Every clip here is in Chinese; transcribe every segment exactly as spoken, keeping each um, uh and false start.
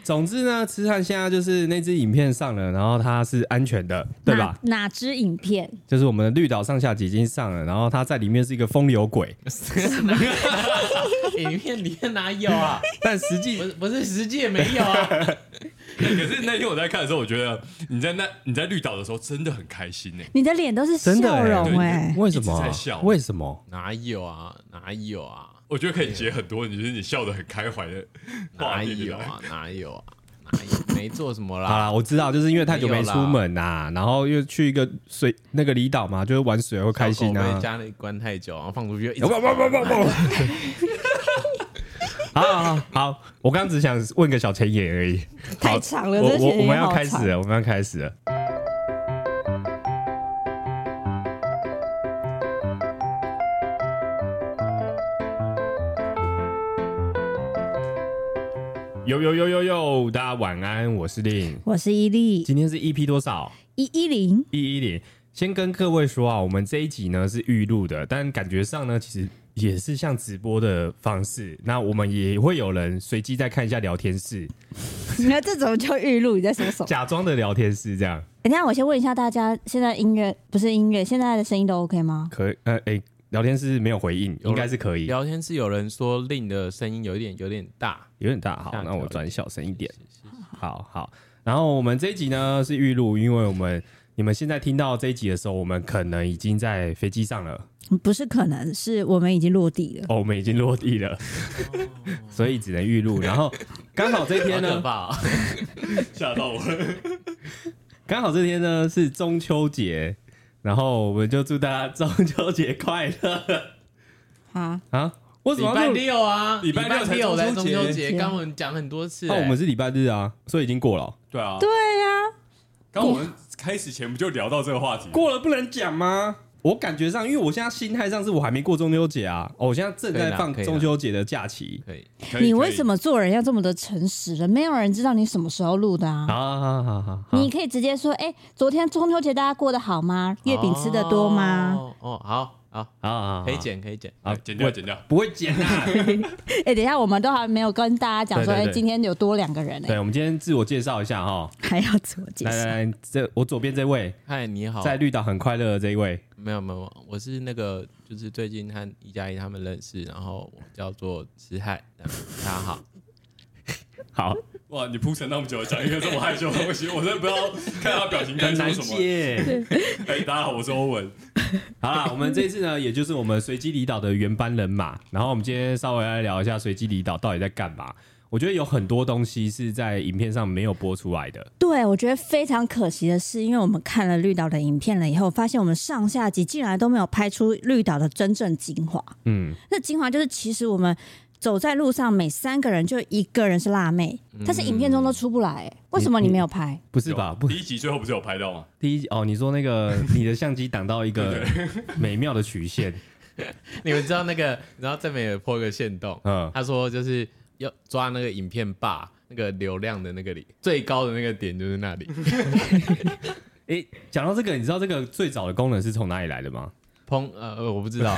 总之呢，痴汉现在就是那支影片上了，然后它是安全的，对吧？ 哪哪支影片？ 就是我们的绿岛上下集已经上了，然后它在里面是一个风流鬼。 影片里面哪有啊？ 但实际不是不是实际也没有啊。 可是那天我在看的时候，我觉得你在那你在绿岛的时候真的很开心呢、欸。 你的脸都是笑容哎、 欸，为什么？ 一直在笑， 为什么？ 哪有啊？哪有啊？ 我觉得可以截很多，你就是你笑得很开怀的哪有啊？哪有啊？哪有？没做什么啦。 好啦，我知道，就是因为太久没出门呐、啊，然后又去一个水那个离岛嘛，就是玩水会开心啊。 被家里关太久，然后放出去， 不不不不不。好好好好，我刚刚只想问个小前言而已。 太长了， 我这我我们要开始了，我们要开始了。呦呦呦呦呦，大家晚安，我是令， 我是伊利。 今天是 E P 多少？ 一一零， 一一零。先跟各位说啊，我们这一集呢是预录的，但感觉上呢，其实也是像直播的方式。那我们也会有人随机再看一下聊天室， 那这种就预录？你在说什么？ 假装的聊天室这样。 等一下，我先问一下大家，现在音乐不是音乐，现在的声音都 OK 吗？ 可呃诶，聊天室没有回应，应该是可以。 聊天室有人说令的声音有一点有点大， 有点大。好，那我转小声一点。好好。然后我们这一集呢是预录，因为我们你们现在听到这一集的时候，我们可能已经在飞机上了。 不是可能，是我们已经落地了。 哦，我们已经落地了，所以只能预录。然后刚好这天呢， 吓到我了。 刚好这天呢是中秋节，然后我们就祝大家中秋节快乐啊啊！为什么礼拜六啊？ 礼拜六才六在中秋节节，刚我们讲很多次、欸。 那、啊、我们是礼拜日啊，所以已经过了、哦。 对啊， 对呀、啊。 刚我们开始前不就聊到这个话题？ 过了不能讲吗？我感觉上，因为我现在心态上是我还没过中秋节啊，哦，我现在正在放中秋节的假期。 可以， 可以你为什么做人要这么的诚实了？没有人知道你什么时候录的啊！ 好好好好， 你可以直接说，哎、欸，昨天中秋节大家过得好吗？月饼吃得多吗？ 哦，哦好。好， 好，好， 可以剪，可以剪， 好，剪掉，剪掉， 不会剪啊！ 哎、欸，等一下，我们都还没有跟大家讲说，哎、欸，今天有多两个人、欸。 对，我们今天自我介绍一下哈， 还要自我介绍。 来来来，这我左边这位， 嗨，你好， 在绿岛很快乐的这一位， 没有没有，我是那个就是最近和一加一他们认识，然后我叫做痴汉，大家好。 好哇！你铺陈那么久，讲一个这么害羞的东西，我真的不知道看他表情该说什么。哎，大家好，我是欧文。 好啦，我们这次呢，也就是我们随机离岛的原班人马。然后我们今天稍微来聊一下随机离岛到底在干嘛。我觉得有很多东西是在影片上没有播出来的。 对，我觉得非常可惜的是，因为我们看了绿岛的影片了以后，发现我们上下集竟然都没有拍出绿岛的真正精华。嗯，那精华就是其实我们走在路上，每三个人就一个人是辣妹，但是影片中都出不来、欸，为什么你没有拍？ 不是吧？不， 第一集最后不是有拍到吗？ 第一集哦，你说那个你的相机挡到一个美妙的曲线。 你们知道那个，然后这边有 po 一个限动，嗯，他说就是要抓那个影片霸那个流量的那个里最高的那个点就是那里。 哎、欸，讲到这个，你知道这个最早的功能是从哪里来的吗？ 烹呃，我不知道。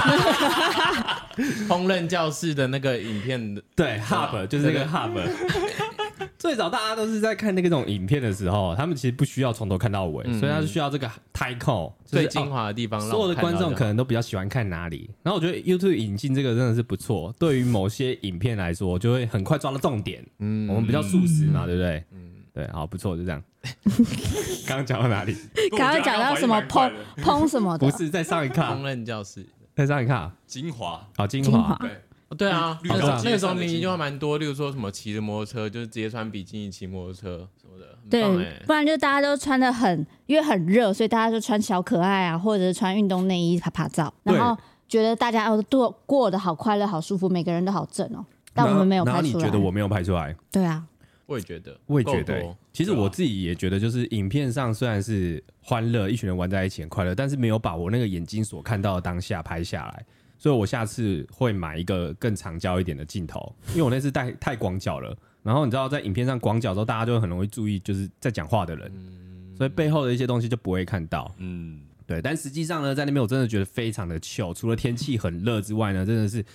烹饪教室的那个影片， 对 ，Hub 就是那个 Hub。最早大家都是在看那个种影片的时候，他们其实不需要从头看到尾，嗯、所以他是需要这个 title 最精华的地方、哦。 所有的观众可能都比较喜欢看哪里。然后我觉得 YouTube 引进这个真的是不错，对于某些影片来说，就会很快抓到重点。嗯，我们比较速食嘛，嗯、对不对？嗯，对，好，不错，就这样。刚刚讲到哪里？ 刚刚讲到什么烹烹什么的？ 不是，在上一卡烹饪教室， 在上一卡精华， 好精华， 对。 对啊，那时候那个时候明明就蛮多，例如说什么骑着摩托车，就是直接穿比基尼骑摩托车什么的， 对， 欸、 不然就大家都穿的很，因为很热，所以大家就穿小可爱啊，或者是穿运动内衣拍拍照，然后觉得大家哦过过得好快乐、好舒服，每个人都好正哦。但我们没有拍出来。 然后你觉得我没有拍出来？ 对啊， 我也觉得， 我也觉得、欸。其实我自己也觉得，就是影片上虽然是欢乐，一群人玩在一起很快乐，但是没有把我那个眼睛所看到的当下拍下来。所以我下次会买一个更长焦一点的镜头，因为我那次带太广角了。然后你知道，在影片上广角的时候，大家就很容易注意就是在讲话的人，嗯、所以背后的一些东西就不会看到。嗯，对。但实际上呢，在那边我真的觉得非常的糗。除了天气很热之外呢，真的是我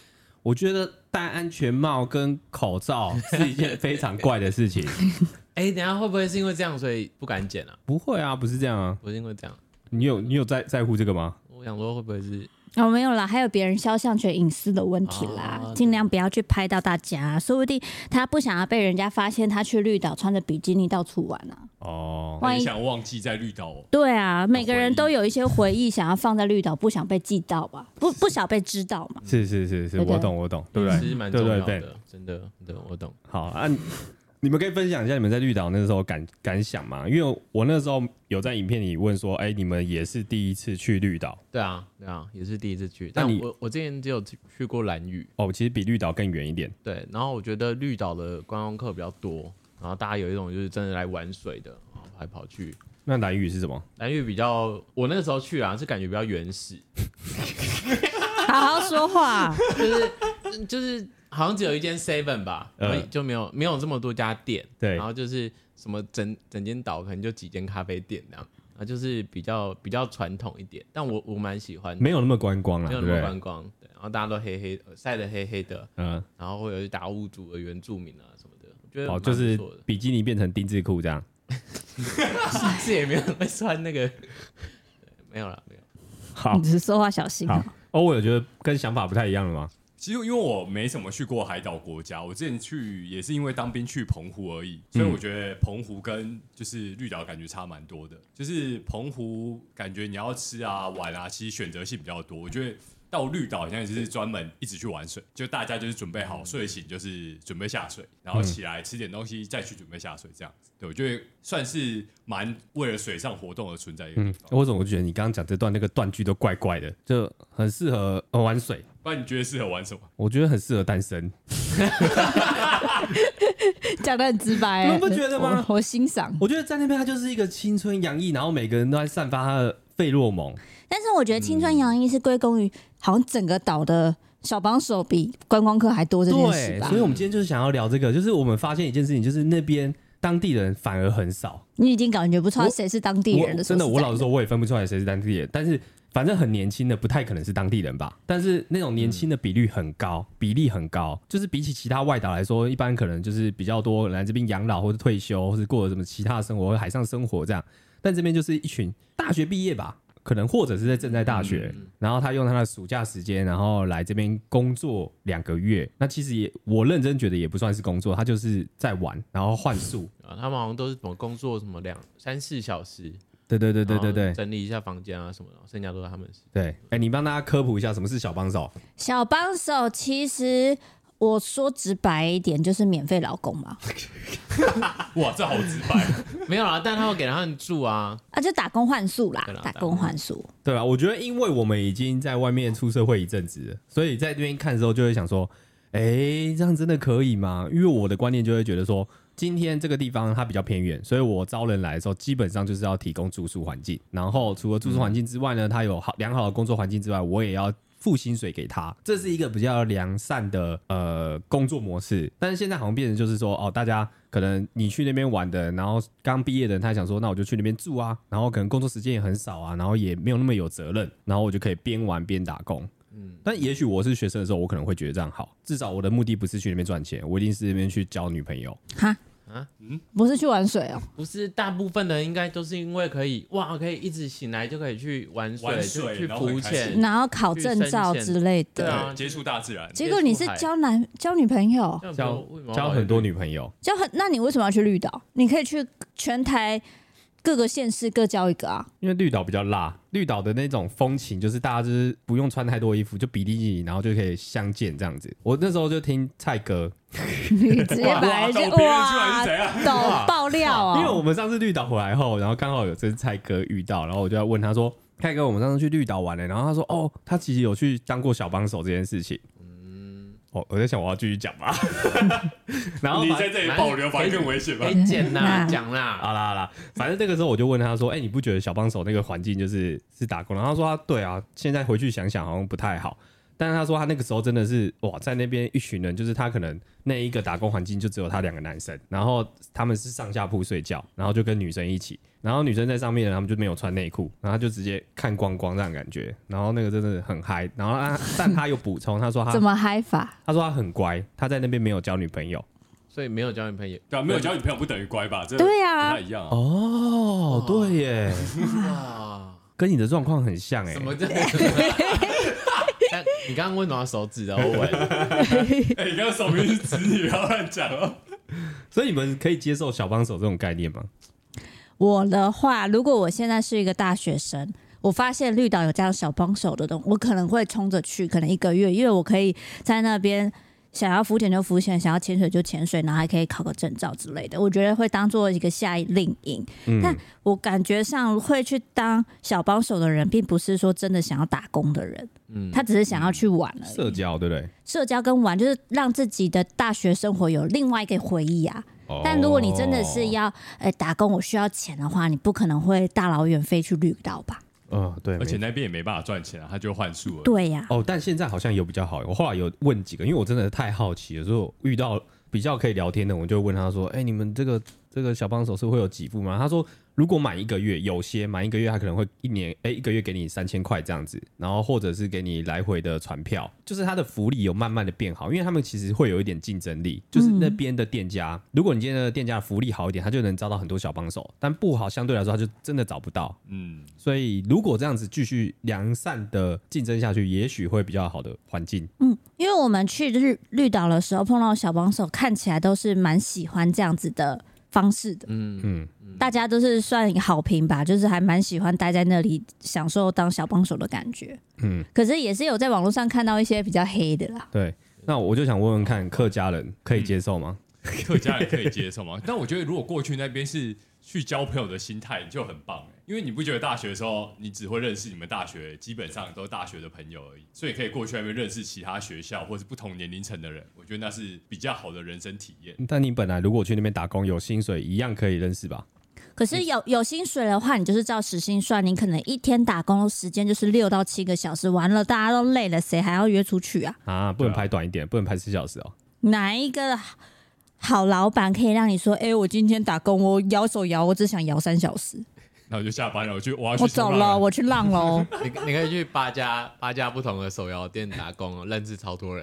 我觉得戴安全帽跟口罩是一件非常怪的事情。 哎、欸，等一下会不会是因为这样所以不敢剪啊？ 不会啊，不是这样啊， 不是因为这样。 你有你有在在乎这个吗？ 我想说会不会是？ 哦，没有啦，还有别人肖像权隐私的问题啦，尽、哦、量不要去拍到大家，说不定他不想要被人家发现他去绿岛穿着比基尼到处玩啊。 哦，万一想忘记在绿岛、哦。 对啊，每个人都有一些回忆想要放在绿岛，不想被记到吧，不不想被知道嘛。 是是是是，对对我懂我懂，对不对？ 其实蛮重要的，对对对真的，真的我懂。 好啊。你们可以分享一下你们在绿岛那时候感感想吗？因为我那时候有在影片里问说，哎、欸，你们也是第一次去绿岛？ 对啊，对啊，也是第一次去。但我我之前只有去过兰屿， 哦，其实比绿岛更远一点。 对，然后我觉得绿岛的观光客比较多，然后大家有一种就是真的来玩水的，然后还跑去。 那兰屿是什么？ 兰屿比较，我那个时候去啊，是感觉比较原始。 好好说话， 就是就是。好像只有一间 seven 吧，呃、就没有没有这么多家店， 对， 然后就是什么整整间岛可能就几间咖啡店这样，然后就是比较比较传统一点，但我我蛮喜欢的， 没有那么观光啦， 没有那么观光，对，然后大家都黑黑晒得黑黑的，嗯，然后会有达悟族的原住民啊什么的，我觉得哦，就是比基尼变成丁字裤这样， 是也没有人会穿那个，没有啦，没有， 好，你只是说话小心啊。 哦，我有觉得跟想法不太一样了吗？ 其实因为我没什么去过海岛国家，我之前去也是因为当兵去澎湖而已，所以我觉得澎湖跟就是绿岛感觉差蛮多的。就是澎湖感觉你要吃啊玩啊，其实选择性比较多。我觉得到绿岛好像就是专门一直去玩水，就大家就是准备好睡醒就是准备下水，然后起来吃点东西再去准备下水这样子。对，我觉得算是蛮为了水上活动而存在的一个地方。 嗯，我怎么觉得你刚刚讲这段那个断句都怪怪的，就很适合玩水。 不然你觉得适合玩什么？ 我觉得很适合单身。 讲得很直白、欸， 你们不觉得吗？ 我, 我欣赏。 我觉得在那边它就是一个青春洋溢，然后每个人都在散发他的费洛蒙。 但是我觉得青春洋溢是归功于好像整个岛的小帮手比观光客还多这件事吧。 对，所以我们今天就是想要聊这个，就是我们发现一件事情，就是那边当地人反而很少。 你已经感觉不出来谁是当地人的， 真的，我老实说，我也分不出来谁是当地人，但是。反正很年轻的不太可能是当地人吧，但是那种年轻的比率很高，嗯、比例很高，就是比起其他外岛来说，一般可能就是比较多人来这边养老或者退休，或者过了什么其他的生活，或者海上生活这样。但这边就是一群大学毕业吧，可能或者是在正在大学，嗯、然后他用他的暑假时间，然后来这边工作两个月。那其实也我认真觉得也不算是工作，他就是在玩，然后换宿。 啊，他们好像都是什么工作什么两三四小时。 对对对对对对， 整理一下房间啊什么的，剩下都是他们的事。 对，哎、欸，你帮大家科普一下什么是小帮手。 小帮手其实我说直白一点，就是免费劳工嘛。 哇，这好直白。 没有啦，但他会给他们住啊， 啊，就打工换宿啦，打工换宿。 对啊，我觉得因为我们已经在外面出社会一阵子了，所以在这边看的时候就会想说，哎、欸，这样真的可以吗？因为我的观念就会觉得说。今天这个地方它比较偏远，所以我招人来的时候，基本上就是要提供住宿环境。然后除了住宿环境之外呢，它有好良好的工作环境之外，我也要付薪水给他。这是一个比较良善的呃工作模式。但是现在好像变成就是说，哦，大家可能你去那边玩的，然后刚毕业的人，他想说，那我就去那边住啊，然后可能工作时间也很少啊，然后也没有那么有责任，然后我就可以边玩边打工。嗯，但也许我是学生的时候，我可能会觉得这样好，至少我的目的不是去那边赚钱，我一定是那边去交女朋友。 哈。啊，嗯，不是去玩水哦， 不是，大部分的人应该都是因为可以哇，可以一直醒来就可以去玩水， 玩水去浮潜， 然后考证照之类的， 对啊， 接触大自然。 结果你是交男交女朋友， 交交很多女朋友， 交很，那你为什么要去绿岛？你可以去全台。各个县市各交一个啊， 因为绿岛比较辣，绿岛的那种风情就是大家就是不用穿太多衣服，就比基尼，然后就可以相见这样子。我那时候就听蔡哥， 你直接把人家哇抖爆料啊！ 因为我们上次绿岛回来后，然后刚好有这蔡哥遇到，然后我就要问他说：“蔡哥，我们上次去绿岛玩了。”然后他说：“哦，他其实有去当过小帮手这件事情。”哦，我在想我要继续讲吧，然后你在这里保留反而更危险吧？ 可以剪啦，讲啦， 好啦好啦，反正那个时候我就问他说：“哎、欸，你不觉得小帮手那个环境就是是打工？”然后他说、啊：“对啊，现在回去想想好像不太好。” 但是他说他那个时候真的是哇，在那边一群人，就是他可能那一个打工环境就只有他两个男生，然后他们是上下铺睡觉，然后就跟女生一起，然后女生在上面，他们就没有穿内裤，然后他就直接看光光这样的感觉，然后那个真的很嗨，然后他但他有补充，他说他怎么嗨法？ 他说他很乖，他在那边没有交女朋友。 所以没有交女朋友， 对啊，没有交女朋友不等于乖吧？这对啊， 不太一样啊。 哦，对耶， 哇， 跟你的状况很像哎。 什么叫？你刚刚为什么要手指的欧文？ 哎，你刚刚手明是指你，不要乱讲哦。 所以你们可以接受小帮手这种概念吗？ 我的话，如果我现在是一个大学生，我发现绿岛有这样小帮手的东西，我可能会冲着去，可能一个月，因为我可以在那边。想要浮潜就浮潜，想要潜水就潜水，然后还可以考个证照之类的，我觉得会当做一个夏令营。嗯、但我感觉上会去当小帮手的人，并不是说真的想要打工的人，嗯、他只是想要去玩而已。 社交对不对？ 社交跟玩就是让自己的大学生活有另外一个回忆啊。哦、但如果你真的是要、欸、打工，我需要钱的话，你不可能会大老远飞去绿岛吧？ 嗯，对， 而且那边也没办法赚钱啊，他就换数了。 对呀、 啊，哦，但现在好像有比较好。我后来有问几个，因为我真的太好奇了，所以我遇到比较可以聊天的，我就问他说：“哎、欸，你们这个这个小帮手是会有给付吗？”他说：“如果满一个月，有些满一个月，他可能会一年，哎、欸，一个月给你三千块这样子，然后或者是给你来回的船票，就是他的福利有慢慢的变好，因为他们其实会有一点竞争力，就是那边的店家，嗯、如果你今天的店家的福利好一点，他就能招到很多小帮手，但不好，相对来说他就真的找不到。嗯，所以如果这样子继续良善的竞争下去，也许会比较好的环境。 嗯，因为我们去绿绿岛的时候碰到小帮手，看起来都是蛮喜欢这样子的方式的。嗯嗯。大家都是算一个好评吧，就是还蛮喜欢待在那里享受当小帮手的感觉。嗯，可是也是有在网络上看到一些比较黑的啦。 对，那我就想问问看，客家人可以接受吗？ 嗯、客家人可以接受吗？但我觉得如果过去那边是去交朋友的心态就很棒，因为你不觉得大学的时候你只会认识你们大学基本上都是大学的朋友而已，所以可以过去那边认识其他学校或是不同年龄层的人，我觉得那是比较好的人生体验。 但你本来如果去那边打工有薪水，一样可以认识吧？ 可是有有薪水的话，你就是照时薪算，你可能一天打工的时间就是六到七个小时，完了大家都累了，谁还要约出去啊？ 啊，不能排短一点，不能排四小时哦。 哪一个好老板可以让你说，哎、欸，我今天打工，我摇手摇，我只想摇三小时， 然后就下班了，我去，我要去， 我走了，我去浪喽。 你你可以去八家八家不同的手摇店打工，认识超多人。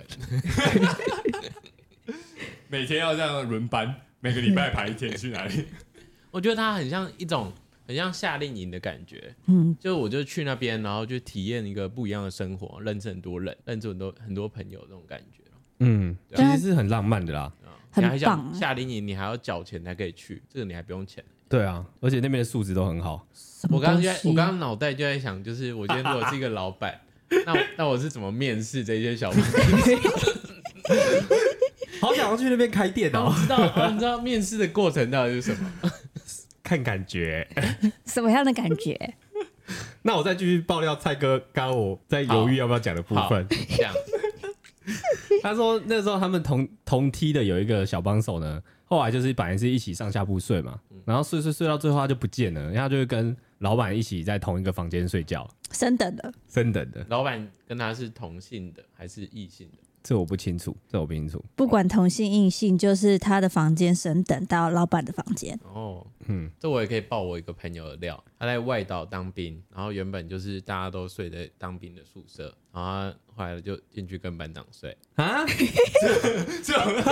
每天要这样轮班，每个礼拜排一天去哪里？ 我觉得它很像一种很像夏令营的感觉，嗯，就我就去那边，然后就体验一个不一样的生活，认识很多人，认识很多很多朋友这种感觉。 嗯，其实是很浪漫的啦， 很棒。像夏令营，你还要缴钱才可以去，这个你还不用钱。 对啊，而且那边的素质都很好。 我刚刚我刚刚脑袋就在想，就是我今天如果是一个老板，那我那我是怎么面试这些小朋友？ 好想要去那边开店哦！ 我知道、哦，你知道面试的过程到底是什么？ 看感觉， 什么样的感觉？ 那我再继续爆料蔡哥刚刚我在犹豫要不要讲的部分。 这样， 他说那时候他们同同梯的有一个小帮手呢，后来就是本来是一起上下铺睡嘛，然后睡睡睡到最后他就不见了，然后他就会跟老板一起在同一个房间睡觉， 升等的， 升等的。 老板跟他是同性的还是异性的？ 这我不清楚，这我不清楚。 不管同性异性，就是他的房间升等到老板的房间。 哦，嗯，这我也可以爆我一个朋友的料。他在外岛当兵，然后原本就是大家都睡在当兵的宿舍，然后他后来就进去跟班长睡。啊？ 这这啊？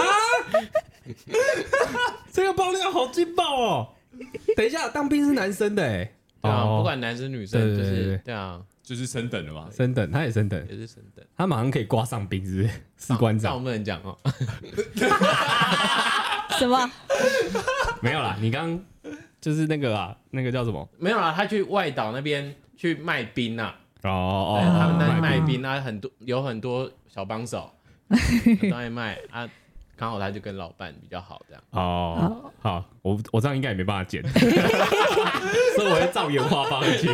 这个爆料好劲爆哦！等一下，当兵是男生的哎、欸。 对啊，哦、不管男生女生，就是 对, 对, 对, 对啊。 就是升等的嘛， 升等，他也升等， 也是升等， 他马上可以挂上兵，是不是？士官长， 那我不能讲哦。 什么？ 没有啦，你刚就是那个啊，那个叫什么？ 没有啦，他去外岛那边去卖冰啊。 哦哦， 他们在卖冰啊，很多有很多小帮手都在卖啊，刚好他就跟老板比较好这样。 哦，好，我我这样应该也没办法剪，所以我会照原话放进去。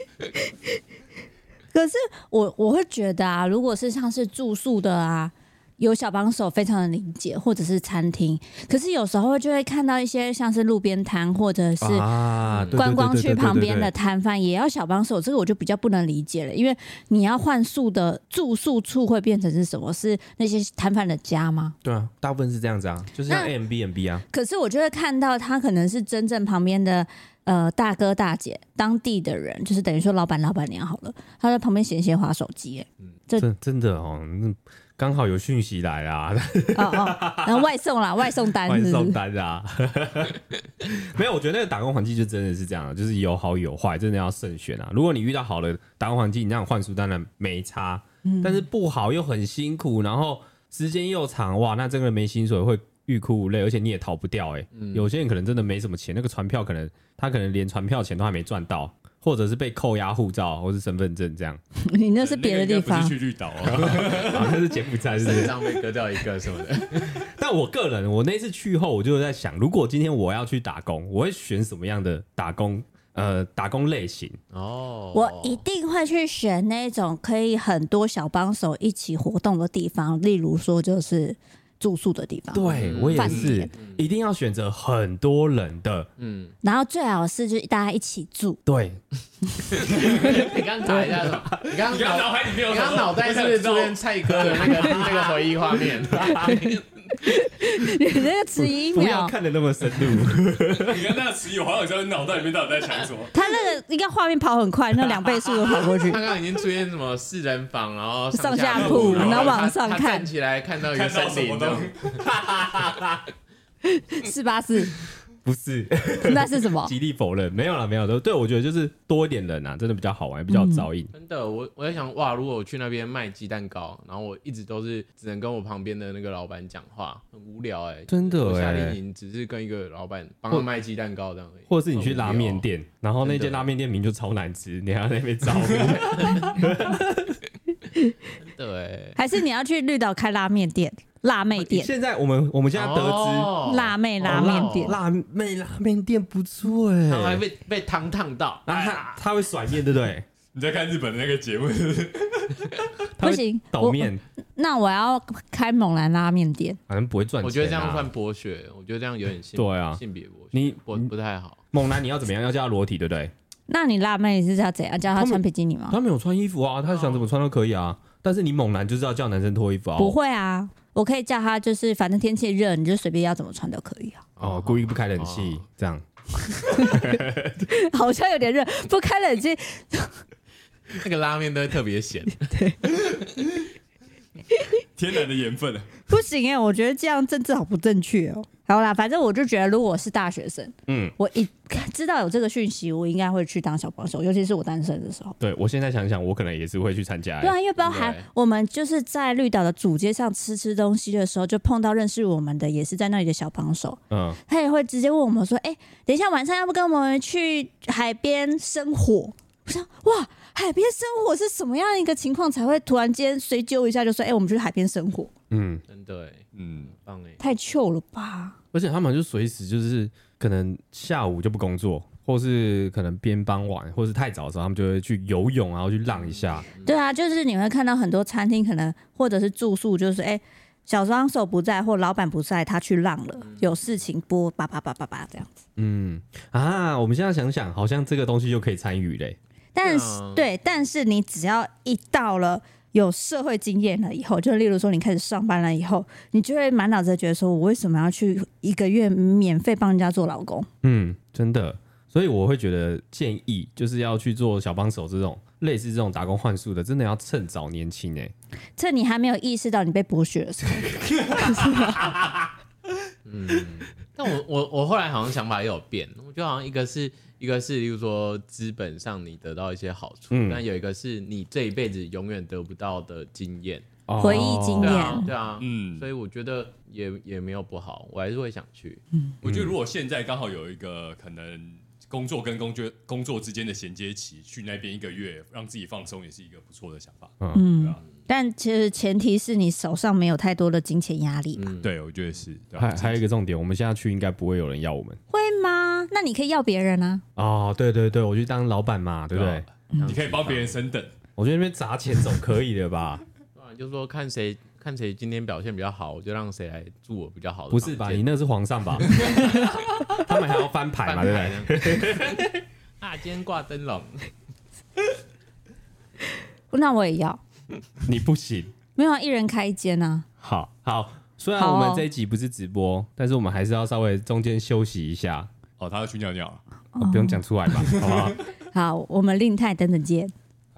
可是我我会觉得啊，如果是像是住宿的啊， 有小帮手非常的理解，或者是餐厅，可是有时候就会看到一些像是路边摊或者是观光区旁边的摊贩也要小帮手，这个我就比较不能理解了，因为你要换宿的住宿处会变成是什么？是那些摊贩的家吗？ 对啊，大部分是这样子啊，就是像 Airbnb 啊。 可是我就会看到他可能是真正旁边的呃大哥大姐，当地的人，就是等于说老板老板娘好了，他在旁边闲闲滑手机，哎， 这真真的哦。刚好有讯息来啦， 哦哦，然后外送啦，外送单是不是， 外送单啊，没有，我觉得那个打工环境就真的是这样，就是有好有坏，真的要慎选啊。如果你遇到好的打工环境，你那样换宿当然没差，嗯、但是不好又很辛苦，然后时间又长，哇，那真的没薪水会欲哭无泪，而且你也逃不掉哎、欸嗯。有些人可能真的没什么钱，那个船票可能他可能连船票钱都还没赚到。或者是被扣押护照或是身份证这样， 你那是别的地方， 不是去绿岛啊， 那是柬埔寨，是不是？ 身上被割掉一个什么的。 但我个人，我那次去后，我就在想，如果今天我要去打工，我会选什么样的打工？呃，打工类型哦，我一定会去选那种可以很多小帮手一起活动的地方，例如说就是住宿的地方。 对，我也是，一定要选择很多人的， 嗯，然后最好是就是大家一起住。 对， 你刚打一下什么？你刚刚脑海里面有，你刚脑袋是不是出现蔡哥的那个那个回忆画面？ 你那个迟疑一秒， 不要看的那么深入。 你看那个迟疑，我好像知道你脑袋里面到底在想什么。 他那个应该画面跑很快，那两倍速都跑过去。 刚刚已经出现什么四人房，然后上下铺，然后往上看， 站起来看到一个森林的， 四八四。 不是， 那是什么？ 极力否认，没有了，没有了。对，我觉得就是多一点人啊，真的比较好玩，比较照应。 嗯、真的，我我在想，哇，如果我去那边卖鸡蛋糕，然后我一直都是只能跟我旁边的那个老板讲话，很无聊哎、欸。 真的哎、欸， 夏令营只是跟一个老板帮他卖鸡蛋糕这样而已。 或者是你去拉面店，然后那间拉面店名就超难吃，你还要在那边招呼。 对， 还是你要去绿岛开拉面店？辣妹店， 现在我们我们现在得知、 哦、 辣妹拉面店， 辣妹拉面店不错哎， 然后还被被汤烫到， 然后他他会甩面，对不对？ 你在看日本的那个节目是不是？ 不行， 倒面。 那我要开猛男拉面店， 好像不会赚钱、啊。 我觉得这样算剥削，我觉得这样有点性对啊， 性别剥削， 你不不太好。 猛男你要怎么样？要叫他裸体，对不对？ 那你辣妹是要怎样？叫他穿比基尼吗？ 他没有穿衣服啊，他想怎么穿都可以啊。但是你猛男就是要叫男生脱衣服啊。 不会啊。我可以叫他，就是反正天气热，你就随便要怎么穿都可以啊。 哦，故意不开冷气、哦、这样， 好像有点热，不开冷气， 那个拉面都会特别咸。 对， 天然的盐分啊！ 不行哎、欸，我觉得这样政治好不正确哦。好啦，反正我就觉得，如果我是大学生，嗯，我一知道有这个讯息，我应该会去当小帮手，尤其是我单身的时候。 对，我现在想想，我可能也是会去参加、欸。 对啊，因为包含我们就是在绿岛的主街上吃吃东西的时候，就碰到认识我们的，也是在那里的小帮手。嗯，他也会直接问我们说：“哎、欸，等一下晚上要不跟我们去海边生火？”我想，哇，海边生火是什么样一个情况才会突然间随揪一下就说：“哎、欸，我们去海边生火？” 嗯， 真的、欸，嗯，棒哎、欸， 太糗了吧！ 而且他们就随时就是可能下午就不工作，或是可能边傍晚，或是太早的时候，他们就会去游泳，然后去浪一下。 对啊，就是你会看到很多餐厅，可能或者是住宿，就是哎、欸，小帮手不在或老板不在，他去浪了，有事情播叭叭叭叭叭这样子。 嗯啊，我们现在想想，好像这个东西就可以参与嘞。 但是、嗯、对，但是你只要一到了。有社会经验了以后，就例如说你开始上班了以后，你就会满脑子觉得说，我为什么要去一个月免费帮人家做劳工？ 嗯，真的，所以我会觉得建议就是要去做小帮手这种类似这种打工换宿的，真的要趁早年轻哎、欸， 趁你还没有意识到你被剥削的时候。 嗯，但我我我后来好像想法也有变，我觉得好像一个是。一个是，例如说资本上你得到一些好处，嗯、但有一个是你这一辈子永远得不到的经验、 哦、回忆经验， 对啊，对啊，嗯，所以我觉得也也没有不好，我还是会想去。 嗯，我觉得如果现在刚好有一个可能工作跟工作工作之间的衔接期，去那边一个月让自己放松，也是一个不错的想法。嗯，对啊。 但其实前提是你手上没有太多的金钱压力吧？ 嗯、对，我觉得是。 还还有一个重点，我们现在去应该不会有人要我们， 会吗？那你可以要别人啊。 哦，对对对，我去当老板嘛，对不对？ 嗯、你可以帮别人升等， 我觉得那边砸钱总可以的吧？ 就说看谁看谁今天表现比较好，我就让谁来住我比较好的。 不是吧？你那是皇上吧？他们还要翻牌嘛，对不对？啊，今天挂灯笼， 那我也要。 你不行， 没有、啊、一人开一间啊。 好好，虽然我们这一集不是直播，哦、但是我们还是要稍微中间休息一下。 哦，他要去尿尿了， 哦、不用讲出来吧？好不好？ 好，我们另泰等等见。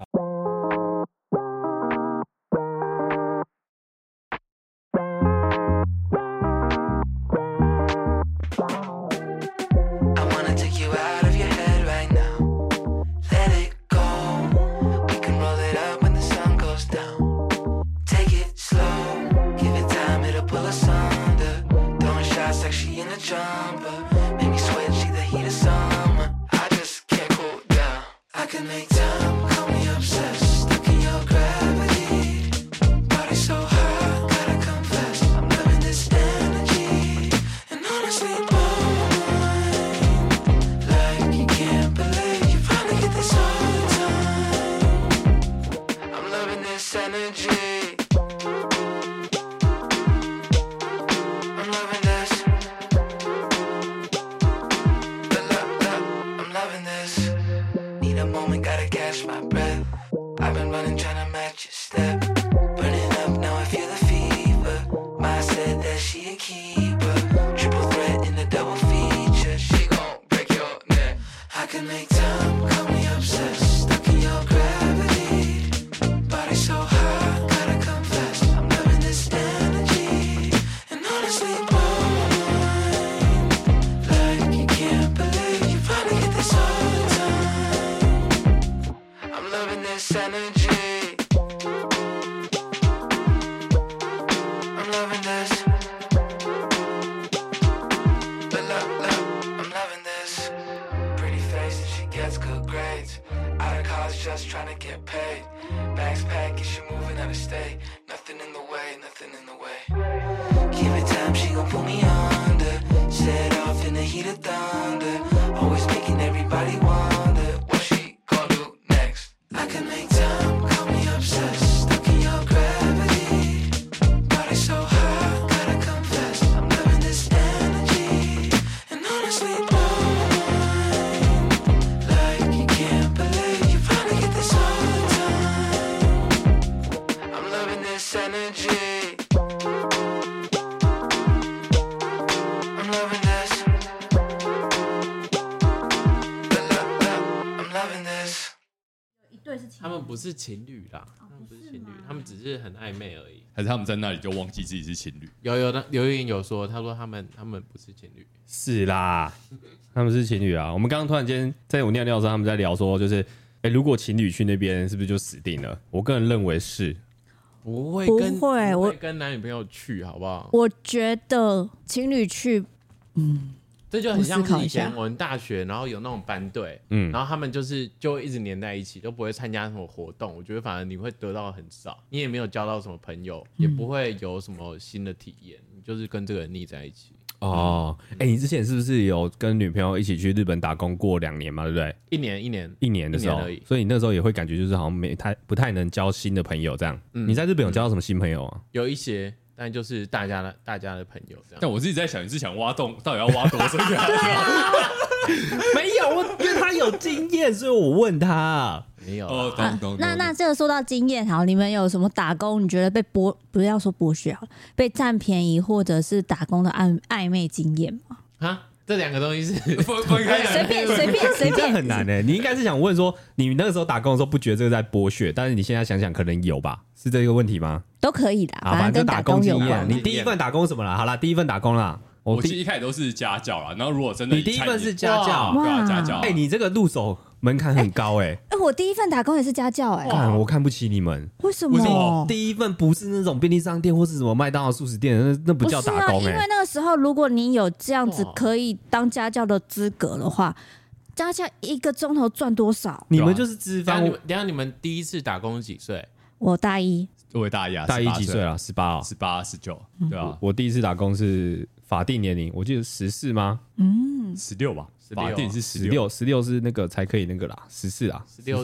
他们不是情侣啦，他们不是情侣，他们只是很暧昧而已。 还是他们在那里就忘记自己是情侣？ 有有的刘莹有说，他说他们他们不是情侣。 是啦，他们是情侣啊。我们刚刚突然间在我尿尿的时候，他们在聊说，就是，哎、欸，如果情侣去那边，是不是就死定了？我个人认为是， 不会跟不会， 我会跟男女朋友去，好不好？ 我觉得情侣去，嗯。 这就很像是以前我们大学，然后有那种班队，嗯，然后他们就是就一直黏在一起，都不会参加什么活动。我觉得反而你会得到很少，你也没有交到什么朋友，嗯、也不会有什么新的体验，你就是跟这个人腻在一起。 哦，哎、欸，你之前是不是有跟女朋友一起去日本打工过两年嘛？对不对？ 一年一年一年的时候而已，所以你那时候也会感觉就是好像没太不太能交新的朋友这样。嗯、你在日本有交到什么新朋友啊？ 有一些。但就是大家的大家的朋友这样， 但我自己在想，你是想挖洞，到底要挖多深？ 没有，我因为他有经验，所以我问他。 没有哦，懂懂。 那那这个说到经验，好，你们有什么打工？你觉得被剥不要说剥削好了，被占便宜或者是打工的暧暧昧经验吗？ 啊？这两个东西是分分开， 随便随便随便， 很难哎、欸。你应该是想问说，你那个时候打工的时候不觉得这个在剥削，但是你现在想想可能有吧？是这个问题吗？ 都可以的， 反正跟打工经验。你第一份打工什么啦？好啦，第一份打工啦。 我其实一开始都是家教啦，然后如果真的你第一份是家教， 对啊，家教。 哎、欸，你这个入手门槛很高哎、欸。 哎、欸，我第一份打工也是家教哎、欸。 看我看不起你们， 为什么？ 为什么第一份不是那种便利商店或是什么麦当劳速食店，那那不叫打工哎、欸啊。因为那个时候，如果你有这样子可以当家教的资格的话，家教一个钟头赚多少？ 你们就是资方。 等下你们第一次打工几岁？ 我大一。 我大一啊， 大一几岁啊？十八， 十八、十九，对啊。 我第一次打工是法定年龄，我记得十四吗？ 嗯， 十六吧。法定是十六，十六是那个才可以那个啦，十四啊， 十六是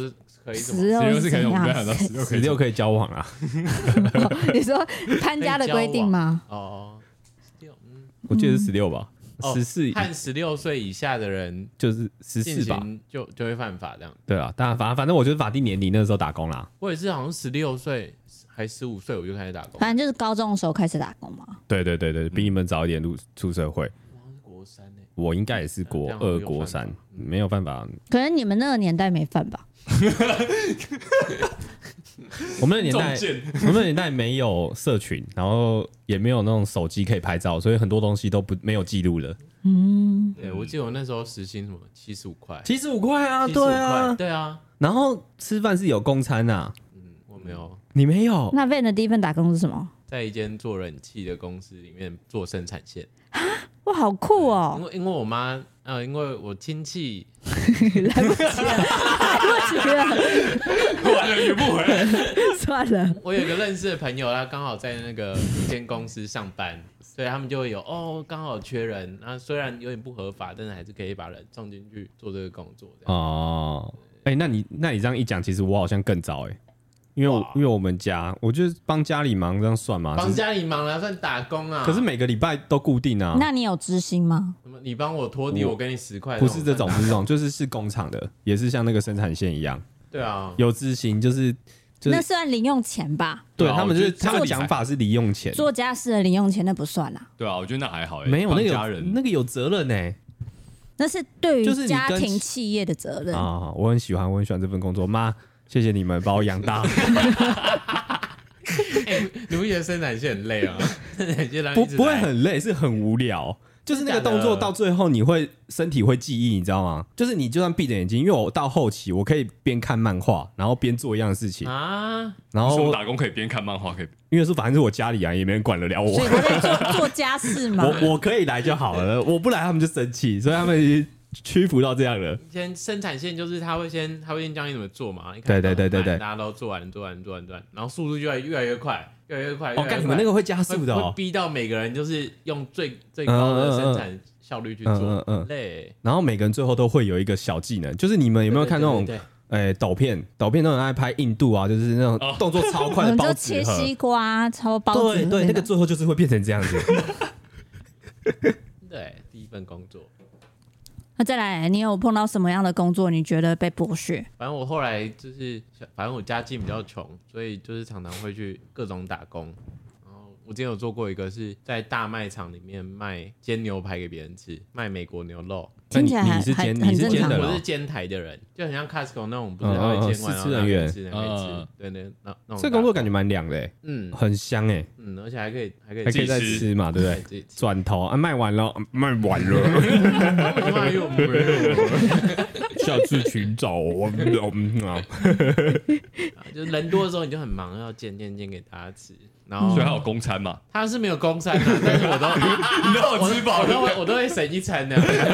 可以什么？ 十六十六是可以，我们怎样刚才讲到十六可以十六可以交往啊。 你说潘家的规定吗？ 哦，六，嗯， 我记得是十六吧， 哦十四和十六岁以下的人就是十进四吧。 行就就会犯法这样。 对啊，当然反正反正我就是法定年龄那时候打工啦。 我也是好像十六岁还十五岁我就开始打工， 反正就是高中的时候开始打工嘛。 对对对对，比你们早一点入出社会。 我好像是国三呢、 我应该也是国二、 这样好像有国三犯法， 没有办法。 可能你们那个年代没犯吧？ 我们的年代中箭， 我们的年代没有社群，然后也没有那种手机可以拍照，所以很多东西都不没有记录了。 嗯， 对，我记得我那时候时薪什么七十五块， 七十五块啊， 75 对啊块，对啊， 然后吃饭是有公餐啊， 嗯，我没有你没有？ 那 Van 的第一份打工是什么？ 在一间做冷气的公司里面做生产线， 哇，好酷因哦！ 为因为我妈呃，因为我亲戚来不及了，来不及了， 完了圆不回来。 算了。 我有一个认识的朋友，他刚好在那个一间公司上班，所以他们就会有哦，刚好缺人。那虽然有点不合法，但是还是可以把人送进去做这个工作。 哦，哎、欸，那你那你这样一讲，其实我好像更早哎、欸，因为我因为我们家，我就是帮家里忙，这样算吗？ 帮家里忙了算打工啊？ 可是每个礼拜都固定啊。 那你有知心吗？ 什么？你帮我拖地，我给你十块。 不是这种，不是这种，就是是工厂的，也是像那个生产线一样。 对啊， 有知行就是。就是、 那算零用钱吧？ 对他们就是他们讲法是零用钱， 做家事的零用钱那不算啦。 对啊，我觉得那还好、欸， 没有那个家人那个有责任呢、欸， 那是对就是于家庭企业的责任啊。我很喜欢，我很喜欢这份工作，妈，谢谢你们把我养大。 欸、你不觉得生产线很累啊？ 不不会很累，是很无聊。就是那个动作到最后，你会身体会记忆，你知道吗？就是你就算闭着眼睛，因为我到后期我可以边看漫画，然后边做一样的事情啊。 然后我打工可以边看漫画，可以， 因为是反正是我家里啊，也没人管得了我。 所以我在做做家事嘛。 我我可以来就好了，我不来他们就生气，所以他们已经屈服到这样了。 先生产线就是他会先他会先教你怎么做嘛， 对对对对对， 大家都做完做完做完做完，然后速度就会越来越快。越来越快， 哦，干你们那个会加速的哦， 会逼到每个人就是用最最高的生产效率去做，嗯嗯累。 然后每个人最后都会有一个小技能，就是你们有没有看那种诶抖片？抖片那种爱拍印度啊，就是那种动作超快的包子盒，就切西瓜，超包子， 对对，那个最后就是会变成这样子。 对，第一份工作。 那再来，你有碰到什么样的工作？你觉得被剥削？ 反正我后来就是，反正我家境比较穷，所以就是常常会去各种打工。然后我之前有做过一个是在大卖场里面卖煎牛排给别人吃，卖美国牛肉。 听起来你是煎，你是煎的， 我是煎台的人，就很像 Costco 那种，不是还会煎完然后拿给吃，拿给吃。对对，那那种。 这工作感觉蛮凉的，嗯，很香哎， 嗯，而且还可以还可以还可以再吃嘛，对不对？转头啊，卖完了，卖完了， 卖又没有， 下次请找我们啊。 就是人多的时候你就很忙，要煎煎煎给大家吃。然后所以还有公餐嘛？ 他是没有公餐啊，但是我都你都有吃饱， 我都会我都会省一餐的。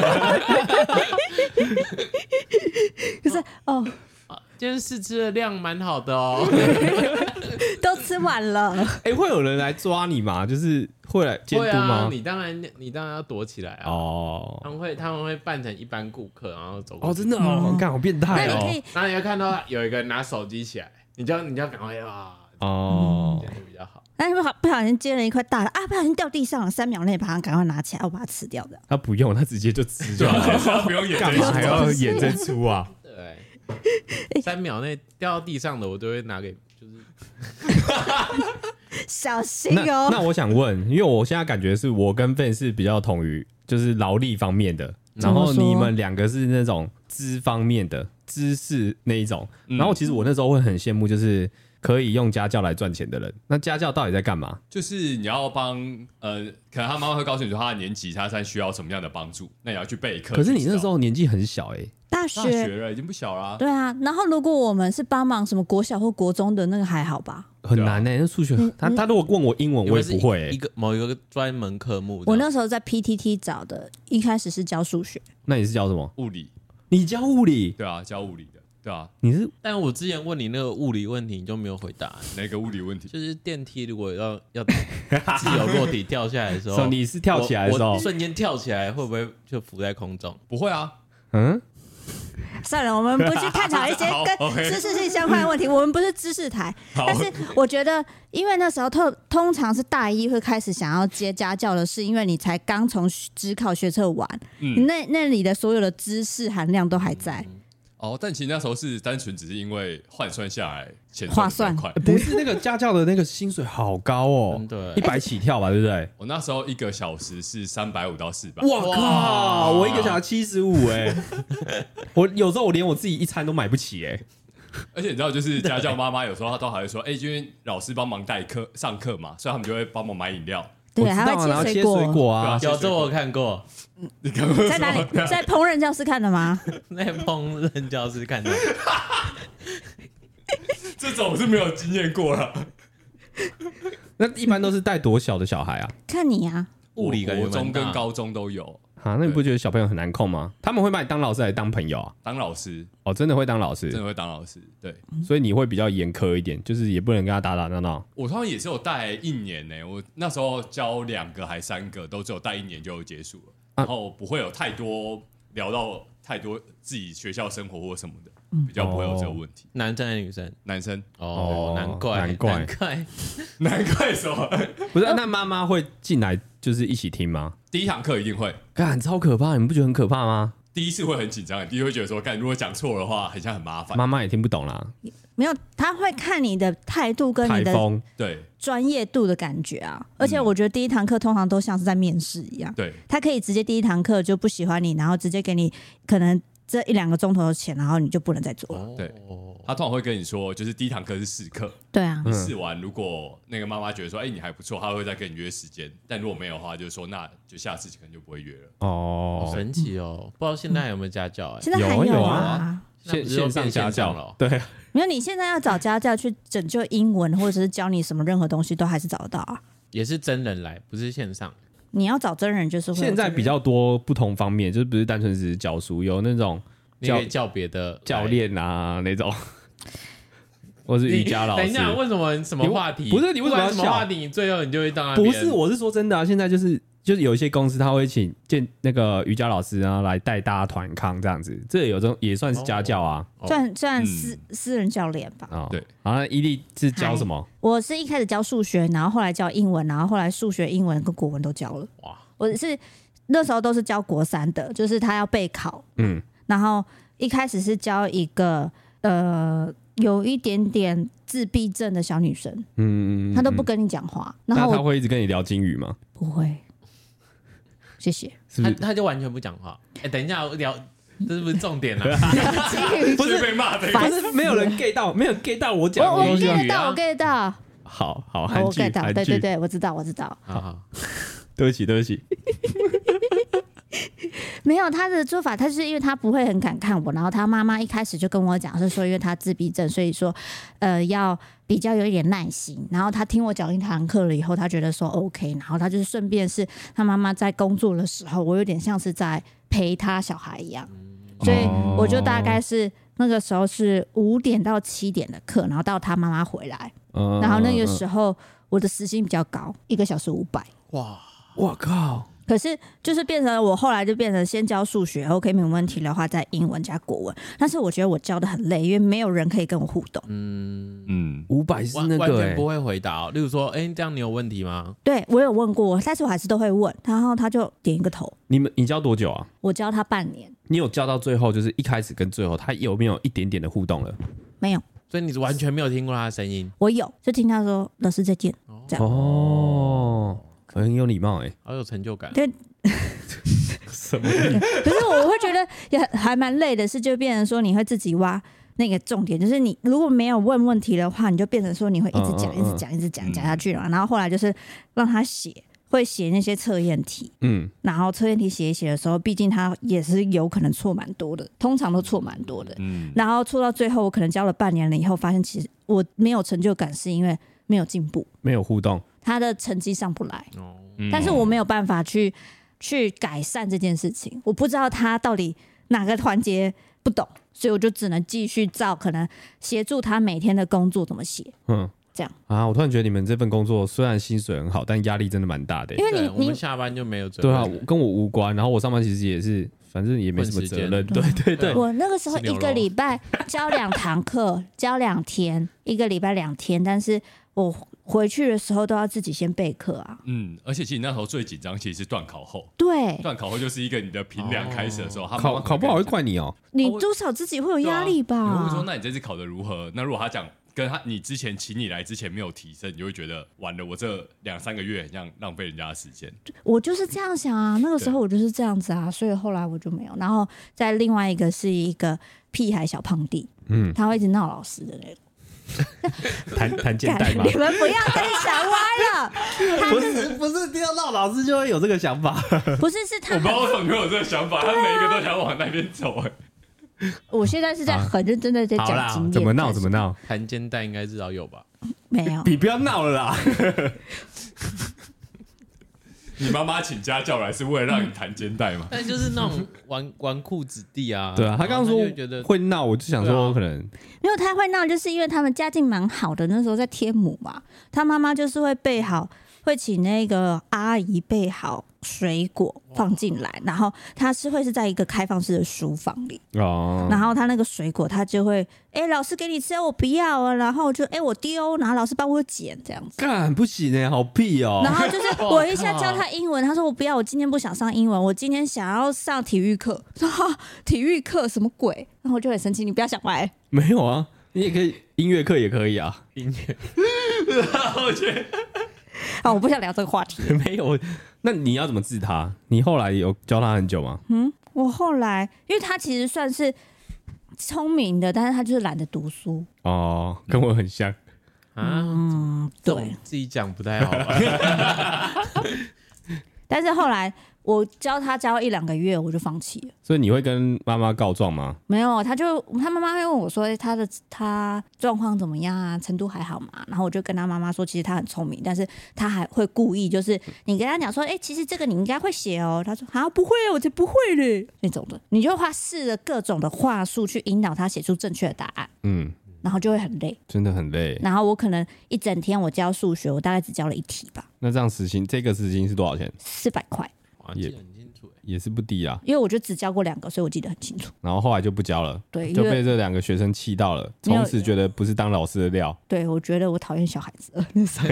可是哦， 今天试吃的量蛮好的哦， 都吃完了。 哎，会有人来抓你吗？就是会来监督吗？ 你当然你当然要躲起来啊。哦，他们会他们会扮成一般顾客，然后走过去。 哦，真的哦，干好变态哦。 然后你会看到有一个人拿手机起来，你就你就要赶快啊。 哦， 这样会比较好。 但是不小心接了一块大的啊，不小心掉地上了，三秒内把它赶快拿起来，我把它吃掉的。 他不用，他直接就吃就好了， 不用演， 干嘛还要演这出啊？ 对，三秒内掉到地上的我都会拿给，就是小心哦。 那我想问，因为我现在感觉是我跟 Van 是比较同于就是劳力方面的，然后你们两个是那种知方面的知识那一种，然后其实我那时候会很羡慕，就是可以用家教来赚钱的人。那家教到底在干嘛？ 就是你要帮呃，可能他妈妈会告诉你说他的年级他在需要什么样的帮助，那你要去备课。 可是你那时候年纪很小哎、欸， 大学大学了已经不小了、啊。 对啊，然后如果我们是帮忙什么国小或国中的那个还好吧？ 很难哎、欸，那数学、嗯、他他如果问我英文我也不会、欸， 一个某一个专门科目。 我那时候在 P T T 找的，一开始是教数学。 那你是教什么？ 物理。 你教物理？ 对啊，教物理的。对啊， 你是？ 但我之前问你那个物理问题，你就没有回答。 哪个物理问题？ 就是电梯如果要要自由落体跳下来的时候， 你是跳起来的时候， 瞬间跳起来会不会就浮在空中？ 不会啊。 嗯， 算了，我们不去探讨一些跟知识性相关的问题，我们不是知识台。但是我觉得，因为那时候通通常是大一会开始想要接家教的是，因为你才刚从指考学测完，嗯、那那里的所有的知识含量都还在。 哦，但其实那时候是单纯只是因为换算下来钱划算， 不是那个家教的那个薪水好高哦，一百起跳吧，对不对？ 我那时候一个小时是三百五到四百。 哇靠！我一个小时七十五哎，我有时候我连我自己一餐都买不起哎、欸。 而且你知道，就是家教妈妈有时候她都还会说，哎、欸，因为老师帮忙代课上课嘛，所以他们就会帮忙买饮料。 对，还会切水果啊， 有这我看过。 你看过在哪里？在烹饪教室看的吗？ 在烹饪教室看的。 这种我是没有经验过了。 那一般都是带多小的小孩啊？ 看你啊， 物理国中跟高中都有啊。那你不觉得小朋友很难控吗？他们会把你当老师还是当朋友啊？ 当老师哦，真的会当老师， 真的会当老师。对， 所以你会比较严苛一点，就是也不能跟他打打闹闹。 我好像也是有带一年呢、欸，我那时候教两个还三个，都只有带一年就结束了，然后不会有太多聊到太多自己学校生活或什么的。比较不会有这个问题。 男生还是女生？ 男生。 哦，难怪， 难怪， 难怪， 难怪什么？ 不是，那妈妈会进来就是一起听吗？ 第一堂课一定会。 干，超可怕！你们不觉得很可怕吗？ 第一次会很紧张，第一次会觉得说，干如果讲错的话，很像很麻烦。 妈妈也听不懂啦。 没有，他会看你的态度跟你的对专业度的感觉啊。而且我觉得第一堂课通常都像是在面试一样。 对， 他可以直接第一堂课就不喜欢你，然后直接给你可能这一两个钟头的钱，然后你就不能再做了。 哦、 对，他通常会跟你说，就是第一堂课是试课。 对啊， 你试完，如果那个妈妈觉得说，哎、欸，你还不错，他会再跟你约时间。但如果没有的话，就是说，那就下次可能就不会约了。 哦， 好神奇哦！不知道现在有没有家教、欸？ 现在还有啊， 线线上家教了。对， 没有，你现在要找家教去拯救英文，或者是教你什么任何东西，都还是找得到啊。 也是真人来，不是线上。 你要找真人，就是会现在比较多不同方面，就是不是单纯只是教书，有那种你可以叫别的教练啊那种。我是瑜伽老师。 等一下，为什么什么话题？ 不是你为什么要什么话题？最后你就会当那边。 不是，我是说真的啊。现在就是就是有一些公司他会请见那个瑜伽老师，然后来带大家团康这样子，这有这种也算是家教啊， 哦、算算私、嗯、私人教练吧。 哦，对。然后伊利是教什么？ 我是一开始教数学，然后后来教英文，然后后来数学、英文跟国文都教了。哇！我是那时候都是教国三的，就是他要备考，嗯，然后一开始是教一个呃。有一点点自闭症的小女生，嗯，她都不跟你讲话，然后她会一直跟你聊金鱼吗？ 不会，谢谢。 她她就完全不讲话。哎、欸，等一下聊，这是不是重点啊？ 不是被骂的， 不是没有人 get 到，没有 get 到我讲的东西。我 get 到，我 get 到。 好好， 我 get 到，对对对，我知道，我知道。 好好， 对不起，对不起。 没有他的做法，他是因为他不会很敢看我，然后他妈妈一开始就跟我讲是说，因为他自闭症，所以说呃要比较有一点耐心。然后他听我讲一堂课了以后，他觉得说 OK， 然后他就是顺便是他妈妈在工作的时候，我有点像是在陪他小孩一样，所以我就大概是那个时候是五点到七点的课，然后到他妈妈回来，然后那个时候我的时薪比较高，一个小时五百。 哇，我靠！ 可是就是变成我后来就变成先教数学 ，OK 没有问题的话，再英文加国文。但是我觉得我教的很累，因为没有人可以跟我互动。 嗯嗯，五百是那个、欸、 完全不会回答、哦。例如说，哎、欸，这样你有问题吗？ 对我有问过，但是我还是都会问，然后他就点一个头。 你们你教多久啊？ 我教他半年。 你有教到最后，就是一开始跟最后，他有没有一点点的互动了？ 没有， 所以你完全没有听过他的声音。 我有，就听他说老师再见，这样。 哦，很有礼貌哎、欸， 好有成就感。 对。 什么？ 可是我会觉得也还蛮累的，是就变成说你会自己挖那个重点，就是你如果没有问问题的话，你就变成说你会一直讲、嗯、一直讲、一直讲讲下去了。然后后来就是让他写，会写那些测验题，嗯，然后测验题写一写的时候，毕竟他也是有可能错蛮多的，通常都错蛮多的，嗯，然后错到最后，我可能教了半年了以后，发现其实我没有成就感，是因为没有进步， 没有互动， 他的成绩上不来，哦，但是我没有办法去。去改善这件事情，我不知道他到底哪个环节不懂，所以我就只能继续照可能协助他每天的工作怎么写。嗯， 这样啊。我突然觉得你们这份工作虽然薪水很好，但压力真的蛮大的、欸。 因为你我们下班就没有责对任。 啊，跟我无关。然后我上班其实也是，反正也没什么责任。对对对， 我那个时候一个礼拜教两堂课，教两天，一个礼拜两天，但是我回去的时候都要自己先备课啊。 嗯，而且其实那时候最紧张其实是段考后。 对， 段考后就是一个你的评量开始的时候，他考考不好会怪你哦、喔。 你多少自己会有压力吧？ 你会说，那你这次考的如何？那如果他讲跟他你之前请你来之前没有提升，你就会觉得完了，我这两三个月很像浪费人家的时间。 我就是这样想啊，那个时候我就是这样子啊，所以后来我就没有。然后再另外一个是一个屁孩小胖弟，嗯，他会一直闹老师的那种。 弹弹肩带吗？ 你们不要再想歪了。 不是不是，听到闹老师就会有这个想法。 不是，是他。 我不知道为什么会有这个想法，他每一个都想往那边走、欸。 我现在是在很认真的在讲经验， 怎么闹怎么闹。 弹肩带应该至少有吧？ 没有， 你不要闹了啦。 你妈妈请家教来是为了让你弹肩带吗？ 但就是那种纨纨绔子弟啊。 对啊，他刚刚说会闹，我就想说可能没有他会闹，就是因为他们家境蛮好的，那时候在天母嘛，他妈妈就是会备好，会请那个阿姨备好水果放进来，然后他是会是在一个开放式的书房里哦，然后他那个水果他就会，哎、欸，老师给你吃，我不要啊，然后就哎、欸、我丢，然后老师帮我捡这样子， 干不行哎、欸，好屁哦、喔。 然后就是我一下教他英文，他说我不要，我今天不想上英文，我今天想要上体育课。说哈，体育课什么鬼？然后我就很生气，你不要想歪。 没有啊，你也可以音乐课也可以啊， 音乐。 我觉得。 啊，我不想聊这个话题。 没有，那你要怎么治他？你后来有教他很久吗？ 嗯，我后来，因为他其实算是聪明的，但是他就是懒得读书。 哦，跟我很像。 啊，嗯，对，自己讲不太好吧。 但是后来我教他教一两个月，我就放弃了。 所以你会跟妈妈告状吗？ 没有，他就他妈妈会问我说、欸、他的他状况怎么样啊，程度还好吗？然后我就跟他妈妈说，其实他很聪明，但是他还会故意就是你跟他讲说，哎、欸，其实这个你应该会写哦。他说啊，不会，我就不会嘞那种的。你就花试了各种的话术去引导他写出正确的答案。嗯。然后就会很累， 真的很累。 然后我可能一整天我教数学，我大概只教了一题吧。 那这样时薪，这个时薪是多少钱？ 四百块， 也很清楚，也是不低啊。 因为我就只教过两个，所以我记得很清楚。 然后后来就不教了， 对， 就被这两个学生气到了，从此觉得不是当老师的料。 对，我觉得我讨厌小孩子了，那时候。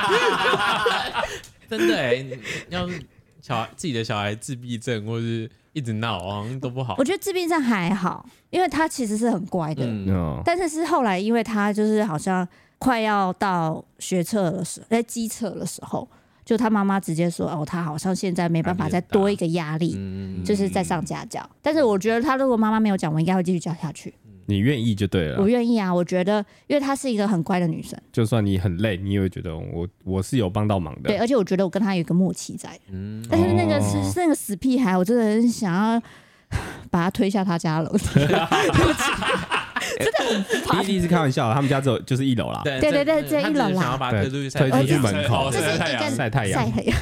真的哎、欸，要是小孩自己的小孩自闭症或是一直闹，好像都不好。 我觉得自闭症还好，因为他其实是很乖的，嗯、但是是后来因为他就是好像快要到学测的时候，在基测的时候，就他妈妈直接说哦，他好像现在没办法再多一个压力，就是再上家教。但是我觉得他如果妈妈没有讲，我应该会继续教下去。 你愿意就对了， 我愿意啊！我觉得，因为她是一个很乖的女生， 就算你很累，你也会觉得我我是有帮到忙的。 对，而且我觉得我跟她有一个默契在。嗯，但是那个是、哦、那个死屁孩，我真的很想要把他推下他家楼梯。真的很怕。 第一次开玩笑，他们家只有就是一楼啦。 对对对，只有一楼啦。 想要把他推出去推出去门口晒太阳， 晒太阳，晒太阳。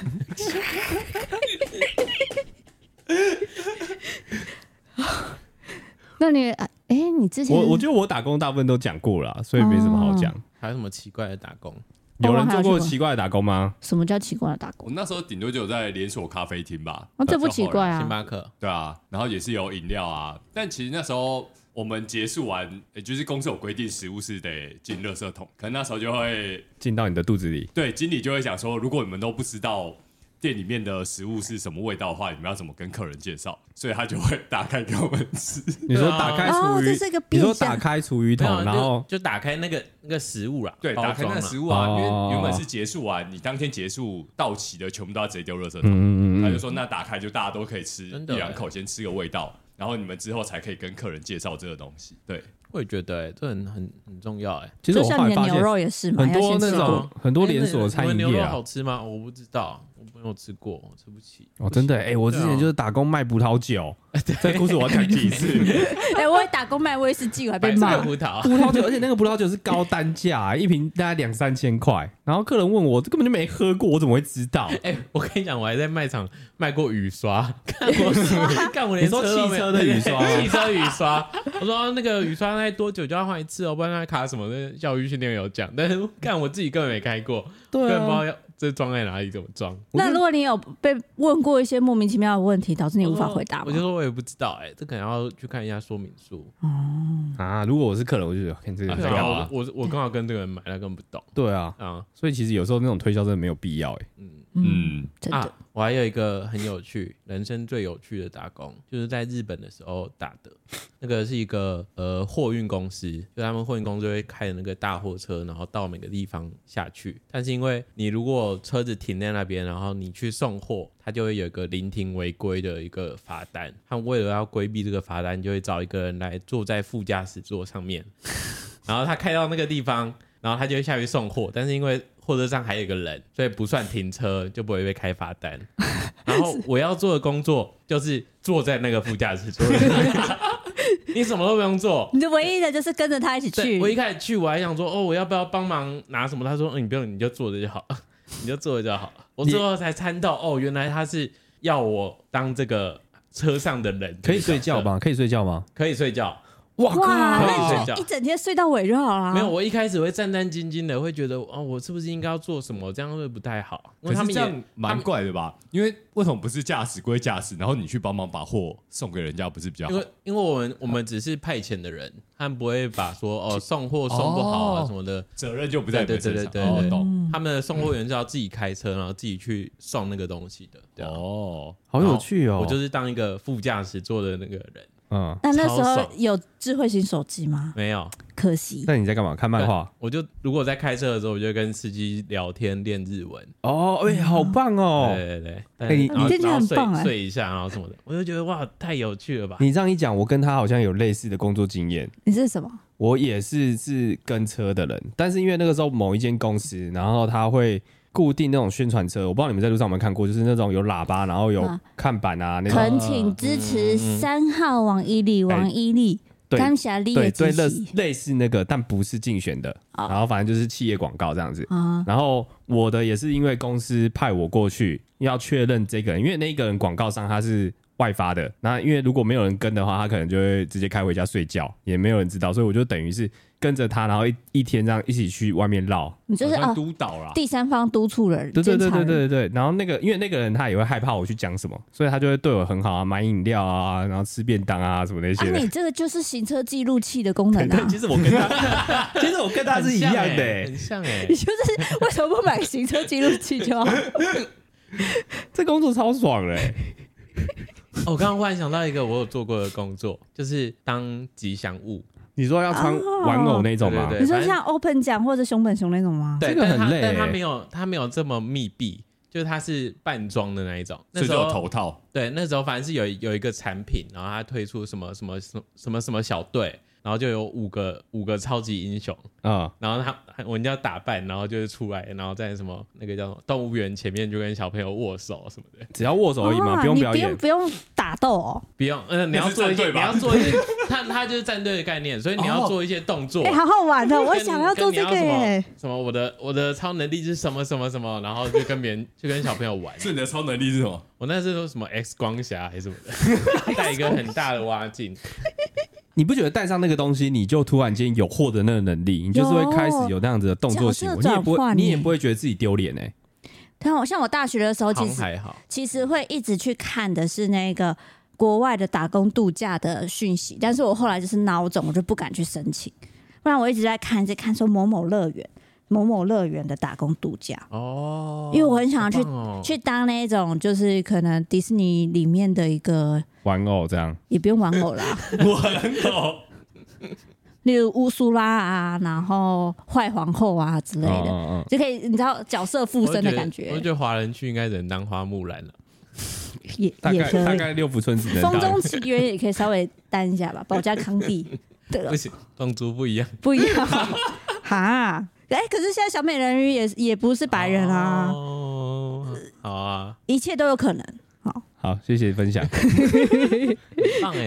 那你哎、欸，你之前我我觉得我打工大部分都讲过了，所以没什么好讲、哦。 还有什么奇怪的打工？ 有人做过奇怪的打工吗？ 什么叫奇怪的打工？ 我那时候顶多就有在连锁咖啡厅吧。 哦，这不奇怪啊， 星巴克。 对啊，然后也是有饮料啊，但其实那时候我们结束完，也就是公司有规定食物是得进垃圾桶，可能那时候就会进到你的肚子里。 对，经理就会讲说，如果你们都不知道店里面的食物是什么味道的话，你们要怎么跟客人介绍？所以他就会打开给我们吃。 你说打开厨余， 哦、 你说打开厨余桶，然后就, 就打开那个那个食物啦， 对，打开那个食物啊，因为原本是结束完，你当天结束到期的全部都要直接丢垃圾桶。嗯嗯嗯他就说那打开就大家都可以吃一两口，先吃个味道，然后你们之后才可以跟客人介绍这个东西。对。 我也觉得、欸，这很很很重要哎、欸。 其实我后来发现， 牛肉也是嘛， 很多那种很多连锁餐饮业、啊欸、牛肉好吃吗？我不知道，我没有吃过，我吃不起。 哦，真的哎、欸，我之前就是打工卖葡萄酒， 这故事我要讲几次？ 哎、欸，我也打工卖威士忌，我还被骂葡萄， 葡萄酒，而且那个葡萄酒是高单价，一瓶大概两三千块。然后客人问我，这根本就没喝过，我怎么会知道？ 哎、欸，我跟你讲，我还在卖场卖过雨刷，看我看我连车都没有， 你说汽车的雨刷， 汽车雨刷。我说那个雨刷那多久就要换一次哦，不然它卡什么的，教育训练有讲，但是看我自己根本没开过， 对、啊， 根本不知道要这装在哪里，怎么装。 那如果你有被问过一些莫名其妙的问题，导致你无法回答吗？ 我就说我也不知道、欸，哎，这可能要去看一下说明书。 哦、 啊，如果我是客人，我就觉得看这个人在干嘛、 啊？我我我刚好跟这个人买，他根本不懂。 对啊，啊，所以其实有时候那种推销真的没有必要、欸，哎， 嗯嗯，真的、 啊。我还有一个很有趣，人生最有趣的打工，就是在日本的时候打的。那个是一个呃货运公司，就他们货运公司会开的那个大货车，然后到每个地方下去。但是因为你如果车子停在那边，然后你去送货，它就会有一个临停违规的一个罚单。他们为了要规避这个罚单，就会找一个人来坐在副驾驶座上面，然后他开到那个地方，然后他就会下去送货。但是因为货车上还有一个人，所以不算停车，就不会被开罚单。然后我要做的工作就是坐在那个副驾驶座你什么都不用做， 你就唯一的就是跟着他一起去。 我一开始去，我还想说，哦，我要不要帮忙拿什么？他说，嗯，你不用，你就坐着就好，你就坐着就好。我最后才参到，哦，原来他是要我当这个车上的人。 可以睡觉吗？可以睡觉吗？ 可以睡觉。 哇靠！ 可以睡觉， 一整天睡到尾就好了。 没有，我一开始会战战兢兢的，会觉得哦，我是不是应该要做什么？这样会不太好。 可是这样蛮怪的吧？因为为什么不是驾驶归驾驶，然后你去帮忙把货送给人家，不是比较好？ 因为因为我们我们只是派遣的人，他们不会把说哦送货送不好啊什么的， 责任就不在你们身上。 对对对对， 懂。 他们的送货员是要自己开车，然后自己去送那个东西的。哦， 好有趣哦！ 我就是当一个副驾驶座的那个人。 嗯， 那那时候有智慧型手机吗？ 没有， 可惜。 那你在干嘛？看漫画？ 我就如果在开车的时候，我就跟司机聊天练日文。 哦，哎、欸，好棒哦！ 对对对， 哎、欸，你你听起来很棒哎， 睡一下，然后什么的，我就觉得哇，太有趣了吧！ 你这样一讲，我跟他好像有类似的工作经验。 你是什么？ 我也是是跟车的人，但是因为那个时候某一间公司，然后他会固定那种宣传车，我不知道你们在路上有没有看过，就是那种有喇叭，然后有看板啊，那种。 恳请支持三号王伊利，王伊利，感谢你的支持。 对对，类似那个，但不是竞选的，哦、然后反正就是企业广告这样子。 哦、 然后我的也是因为公司派我过去要确认这个人，因为那个人广告商他是外发的，那因为如果没有人跟的话，他可能就会直接开回家睡觉，也没有人知道，所以我就等于是跟着他，然后 一, 一天这样一起去外面绕， 你就是啊督导啦， 第三方督促人， 对对对对对对对。然后那个因为那个人他也会害怕我去讲什么，所以他就会对我很好啊，买饮料啊，然后吃便当啊什么那些的。 啊，你这个就是行车记录器的功能啊。 对，其实我跟他，其实我跟他是一样的、欸， 很像哎、欸。 你就是为什么不买个行车记录器就好？ 这工作超爽嘞、欸。 我刚刚忽然想到一个我有做过的工作，就是当吉祥物。 你说要穿玩偶那种吗？ 哦、对对对， 你说像 Open 奖或者熊本熊那种吗？ 对， 这个很累、欸， 但它没有它没有这么密闭，就是它是半装的那一种。 那时候有头套。 对，那时候反正是有有一个产品，然后它推出什么什么什么什么什么小队。然后就有五个五个超级英雄啊、嗯，然后他我们要打扮，然后就是出来，然后在什么那个叫什么动物园前面就跟小朋友握手什么的， 只要握手而已嘛， 哦、 不用表演， 不用不用打斗哦， 不用，嗯、呃，你要做一些，你要做一些，他他就是战队的概念，所以你要做一些动作， 哎、欸，好好玩的，我想要做这个耶， 什么我的我的超能力是什么什么什么，然后就跟别人就跟小朋友玩， 所以你的超能力是什么？ 我那时候什么 X 光侠还是什么的，带一个很大的蛙镜。 你不觉得戴上那个东西，你就突然间有获得那个能力，你就是会开始有那样子的动作行为，你也不会，你也不会觉得自己丢脸哎。 对，我像我大学的时候，其实还好， 其实会一直去看的是那个国外的打工度假的讯息，但是我后来就是孬种，我就不敢去申请，不然我一直在看，在看说某某乐园。某某乐园的打工度假哦，因为我很想要去、哦、去当那种就是可能迪士尼里面的一个玩偶，这样也不用玩偶啦， 玩偶， 例如乌苏拉啊，然后坏皇后啊之类的，哦哦哦就可以你知道角色附身的感觉。 我觉得华人区应该只能当花木兰了， 也大概也可以， 大概六福村只能风中奇缘也可以稍微担一下吧，保加康帝对了， 不行，种族不一样， 不一样哈。哎、欸，可是现在小美人鱼也也不是白人啊。 哦，好啊， 一切都有可能。好， 好，谢谢分享。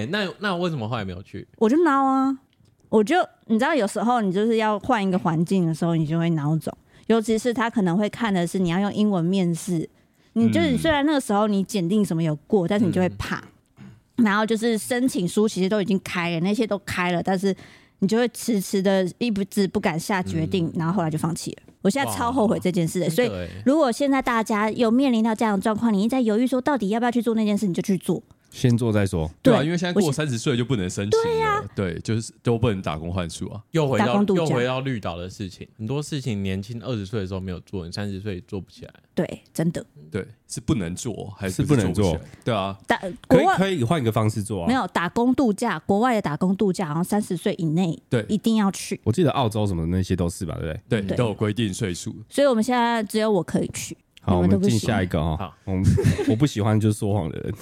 欸，那那为什么后来没有去？ 我就孬啊，我就你知道，有时候你就是要换一个环境的时候，你就会孬种。尤其是他可能会看的是你要用英文面试，你就是虽然那个时候你检定什么有过，但是你就会怕。嗯、然后就是申请书其实都已经开了，那些都开了，但是你就会迟迟的一直不敢下决定，嗯、然后后来就放弃了。我现在超后悔这件事的，所以如果现在大家有面临到这样的状况，你一直在犹豫说到底要不要去做那件事，你就去做。 先做再说， 对啊，因为现在过三十岁就不能申请了，对啊，对，就是都不能打工换宿啊。 又回到又回到绿岛的事情，很多事情年轻二十岁的时候没有做，你三十岁做不起来。 对，真的， 对，是不能做还是不能做？ 对啊， 打可以可以换一个方式做啊。 没有打工度假，国外的打工度假，好像三十岁以内，对，一定要去。 我记得澳洲什么那些都是吧，对不对？对，都有规定岁数。 所以我们现在只有我可以去。 好，我们进下一个哈。好，我我不喜欢就是说谎的人。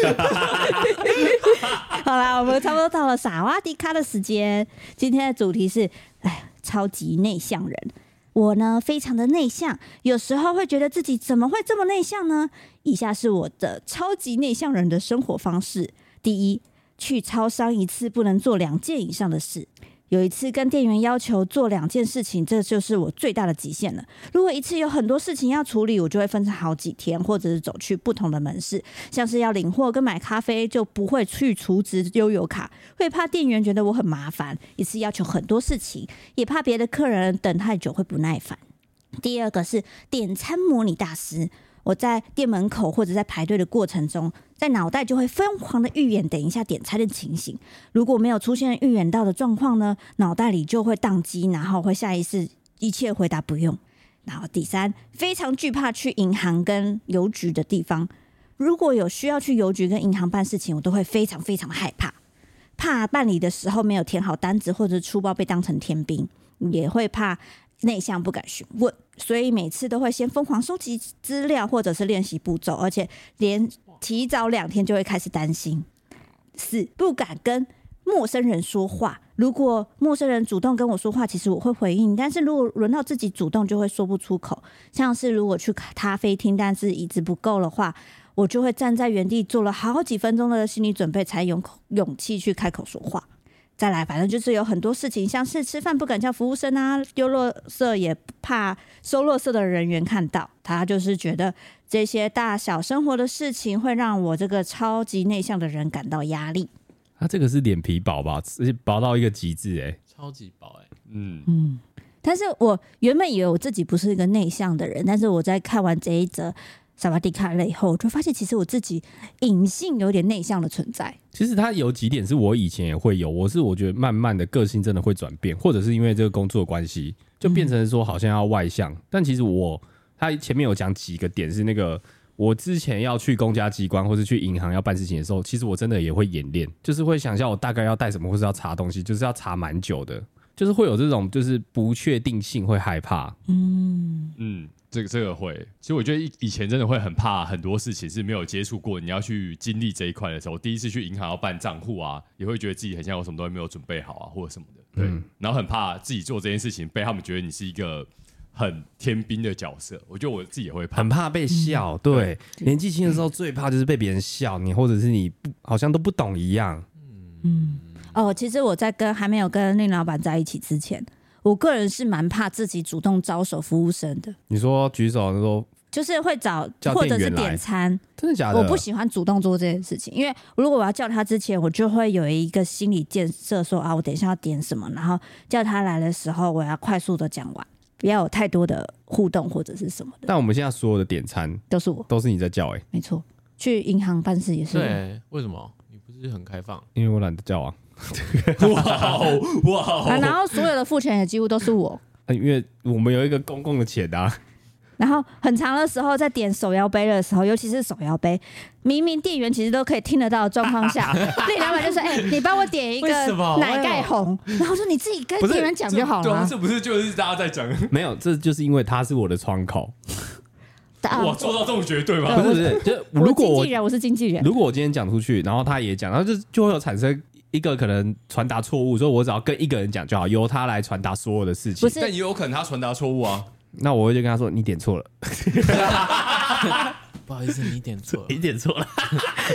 好啦，我们差不多到了傻哇迪卡的时间。今天的主题是，哎，超级内向人。我呢，非常的内向，有时候会觉得自己怎么会这么内向呢？以下是我的超级内向人的生活方式。第一，去超商一次不能做两件以上的事。有一次跟店员要求做两件事情，这就是我最大的极限了。如果一次有很多事情要处理，我就会分成好几天，或者是走去不同的门市，像是要领货跟买咖啡，就不会去储值悠游卡，会怕店员觉得我很麻烦，一次要求很多事情，也怕别的客人等太久会不耐烦。第二个是点餐模拟大师。我在店门口或者在排队的过程中，在脑袋就会疯狂的预演等一下点餐的情形。如果没有出现预演到的状况呢，脑袋里就会宕机，然后会下意识一切回答不用。然后第三，非常惧怕去银行跟邮局的地方。如果有需要去邮局跟银行办事情，我都会非常非常害怕，怕办理的时候没有填好单子，或者出包被当成天兵，也会怕内向不敢询问，所以每次都会先疯狂收集资料或者是练习步骤，而且连提早两天就会开始担心。四，不敢跟陌生人说话。如果陌生人主动跟我说话，其实我会回应，但是如果轮到自己主动，就会说不出口。像是如果去咖啡厅，但是椅子不够的话，我就会站在原地做了好几分钟的心理准备，才有勇气去开口说话。再来，反正就是有很多事情，像是吃饭不敢叫服务生啊，丢垃圾也怕收垃圾的人员看到。他就是觉得这些大小生活的事情会让我这个超级内向的人感到压力。 他这个是脸皮薄吧，薄到一个极致哎、欸， 超级薄哎、欸， 嗯嗯。但是我原本以为我自己不是一个内向的人，但是我在看完这一则萨瓦迪卡了以后，我就发现其实我自己隐性有点内向的存在。 其实他有几点是我以前也会有，我是我觉得慢慢的个性真的会转变，或者是因为这个工作的关系，就变成说好像要外向。嗯、但其实我他前面有讲几个点是那个，我之前要去公家机关或是去银行要办事情的时候，其实我真的也会演练，就是会想象我大概要带什么，或是要查东西，就是要查蛮久的，就是会有这种就是不确定性，会害怕。 嗯嗯。这个这个会，其实我觉得以前真的会很怕很多事情是没有接触过，你要去经历这一块的时候，第一次去银行要办账户啊，也会觉得自己很像有什么东西没有准备好啊，或者什么的，对，嗯、然后很怕自己做这件事情被他们觉得你是一个很天兵的角色，我觉得我自己也会怕， 很怕被笑，嗯、对，对年纪轻的时候最怕就是被别人笑你，或者是你不好像都不懂一样， 嗯，哦，其实我在跟还没有跟令老板在一起之前。我个人是蛮怕自己主动招手服务生的。 你说举手，你说就是会找或者是点餐， 真的假的？ 我不喜欢主动做这件事情，因为如果我要叫他之前，我就会有一个心理建设，说啊，我等一下要点什么，然后叫他来的时候，我要快速的讲完，不要有太多的互动或者是什么的。 但我们现在所有的点餐都是我， 都是你在叫哎、欸， 没错，去银行办事也是我。 对，为什么？你不是很开放？ 因为我懒得叫啊。 哇哇、 啊！然后所有的付钱也几乎都是我， 因为我们有一个公共的钱啊。 然后很长的时候，在点手摇杯的时候，尤其是手摇杯，明明店员其实都可以听得到的状况下，那老板就说：“哎、欸，你帮我点一个奶盖红。”然后说：“你自己跟店员讲就好了。” 对啊，这不是就是大家在讲？ 没有，这就是因为他是我的窗口。 哇，做到这么绝对吗？ 不是不是，就如果我经纪人，我是经纪人。 如果我今天讲出去，然后他也讲，然后就就会有产生。一个可能传达错误，所以我只要跟一个人讲就好，由他来传达所有的事情。 不是， 但也有可能他传达错误啊。 那我会就跟他说：“你点错了。” 不好意思，你点错了， 你点错了。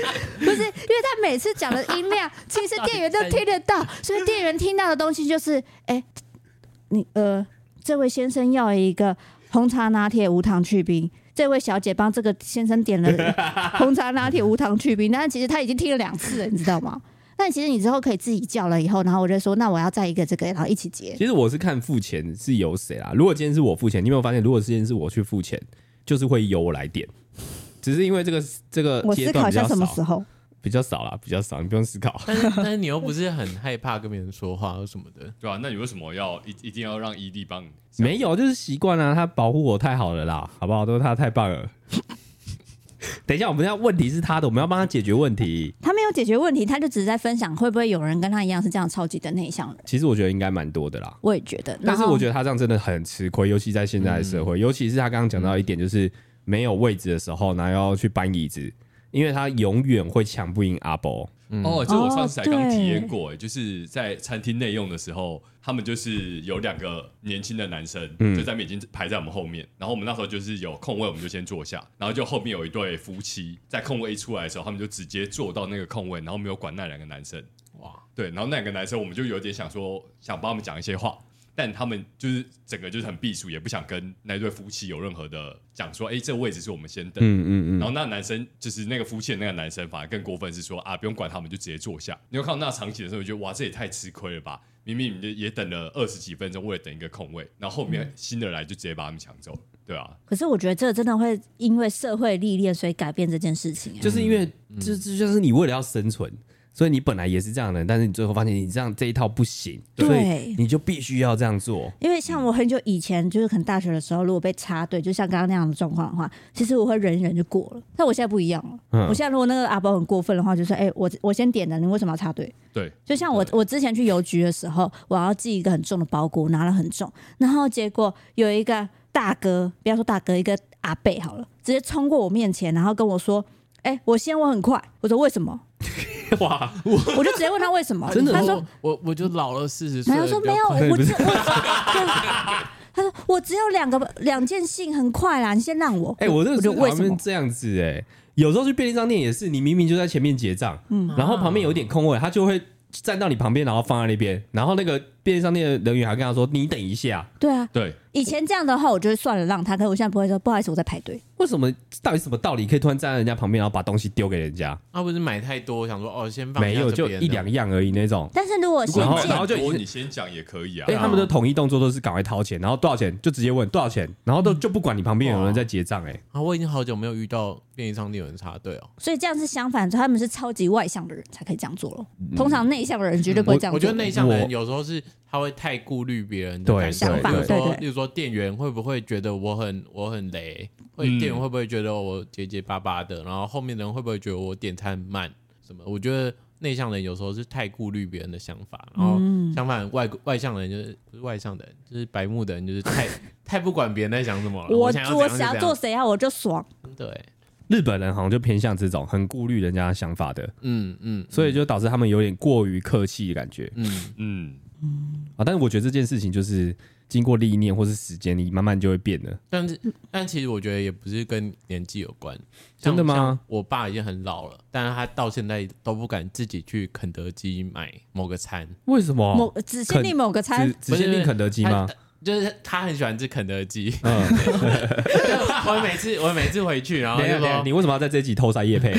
不是，因为他每次讲的音量，其实店员都听得到，所以店员听到的东西就是，哎、欸，你呃，这位先生要一个红茶拿铁无糖去冰，这位小姐帮这个先生点了红茶拿铁无糖去冰，但其实他已经听了两次了，你知道吗？但其实你之后可以自己叫了以后，然后我就说，那我要再一个这个，然后一起结。 其实我是看付钱是由谁啦。如果今天是我付钱，你有没有发现，如果今天是我去付钱，就是会由我来点，只是因为这个这个我思考一下什么时候比较少啦，比较少，你不用思考。 但是但是你又不是很害怕跟别人说话或什么的， 对啊，那你为什么要一一定要让伊利帮你？ 没有，就是习惯啊，他保护我太好了啦，好不好？都是他太棒了。等一下，我们要问题是他的，我们要帮他解决问题。 他没有解决问题，他就只是在分享，会不会有人跟他一样是这样超级的内向人？ 其实我觉得应该蛮多的啦。 我也觉得， 但是我觉得他这样真的很吃亏，尤其在现在的社会，嗯、尤其是他刚刚讲到一点，就是没有位置的时候，然后要去搬椅子，因为他永远会抢不赢阿伯。 嗯、哦，这我上次才刚体验过、欸，就是在餐厅内用的时候，他们就是有两个年轻的男生，嗯、就在那边已经排在我们后面，然后我们那时候就是有空位，我们就先坐下，然后就后面有一对夫妻，在空位一出来的时候，他们就直接坐到那个空位，然后没有管那两个男生，哇，对，然后那两个男生我们就有点想说，想帮他们讲一些话。但他们就是整个就是很避暑，也不想跟那对夫妻有任何的讲说，哎、欸，这个位置是我们先等。嗯嗯嗯。然后那男生就是那个夫妻的那个男生，反而更过分是说啊，不用管他们，就直接坐下。你有看到那场景的时候，我觉得哇，这也太吃亏了吧！明明你也等了二十几分钟，为了等一个空位，然后后面新的来就直接把他们抢走了，对啊。 可是我觉得这个真的会因为社会历练，所以改变这件事情、欸。 就是因为这这就是你为了要生存。所以你本来也是这样的人，但是你最后发现你这样这一套不行，所以你就必须要这样做。 因为像我很久以前，就是可能大学的时候，如果被插队，就像刚刚那样的状况的话，其实我会忍一忍就过了。但我现在不一样了，嗯、我现在如果那个阿伯很过分的话，就说：“哎、欸，我我先点的，你为什么要插队？” 对， 就像我我之前去邮局的时候，我要寄一个很重的包裹，拿了很重，然后结果有一个大哥，不要说大哥，一个阿伯好了，直接冲过我面前，然后跟我说：“哎、欸，我先，我很快。”我说：“为什么？” 哇！ 我我就直接问他为什么， 真的？ 他说我我就老了四十岁。 他说没有，我只我他说我只有两个两件信，很快啦，你先让我。 哎、欸，我这个为什么这样子、欸？哎，有时候去便利商店也是，你明明就在前面结账，嗯，然后旁边有一点空位，他就会站到你旁边，然后放在那边，然后那个便利商店的人员还跟他说：“你等一下。” 对啊， 对。 以前这样的话，我就会算了让他，可是我现在不会说不好意思，我在排队。 为什么？到底什么道理可以突然站在人家旁边，然后把东西丢给人家？ 他、啊、不是买太多，想说哦，先放没有，就一两样而已那种。 但是如果先然后然后就你先讲也可以啊。 因为他们的统一动作都是赶快掏钱，然后多少钱就直接问多少钱，然后都就不管你旁边有人在结账。哎， 啊，我已经好久没有遇到便利商店有人插队哦。 所以这样是相反，他们是超级外向的人才可以这样做了。嗯、通常内向的人绝对不会这样做、 嗯我。我觉得内向的人有时候是他会太顾虑别人的想法， 比如说，例如说店员会不会觉得我很我很雷？会店员会不会觉得我结结巴巴的？然后后面的人会不会觉得我点餐很慢？什么？我觉得内向人有时候是太顾虑别人的想法，然后相反外外向人就是不是外向的人，就是白目的人就是太太不管别人在想什么了。 我想要我想要做谁啊，我就爽。 对， 日本人好像就偏向这种很顾虑人家的想法的， 嗯嗯， 所以就导致他们有点过于客气的感觉。 嗯嗯啊，但是我觉得这件事情就是经过历练或是时间，你慢慢就会变了。 但是，但其实我觉得也不是跟年纪有关。 真的吗？ 我爸已经很老了，但是他到现在都不敢自己去肯德基买某个餐。 为什么？ 某只限定某个餐， 只只限定肯德基吗？ 就是他很喜欢吃肯德基。嗯，我每次我每次回去，然后就说你为什么要在这一集偷塞业配？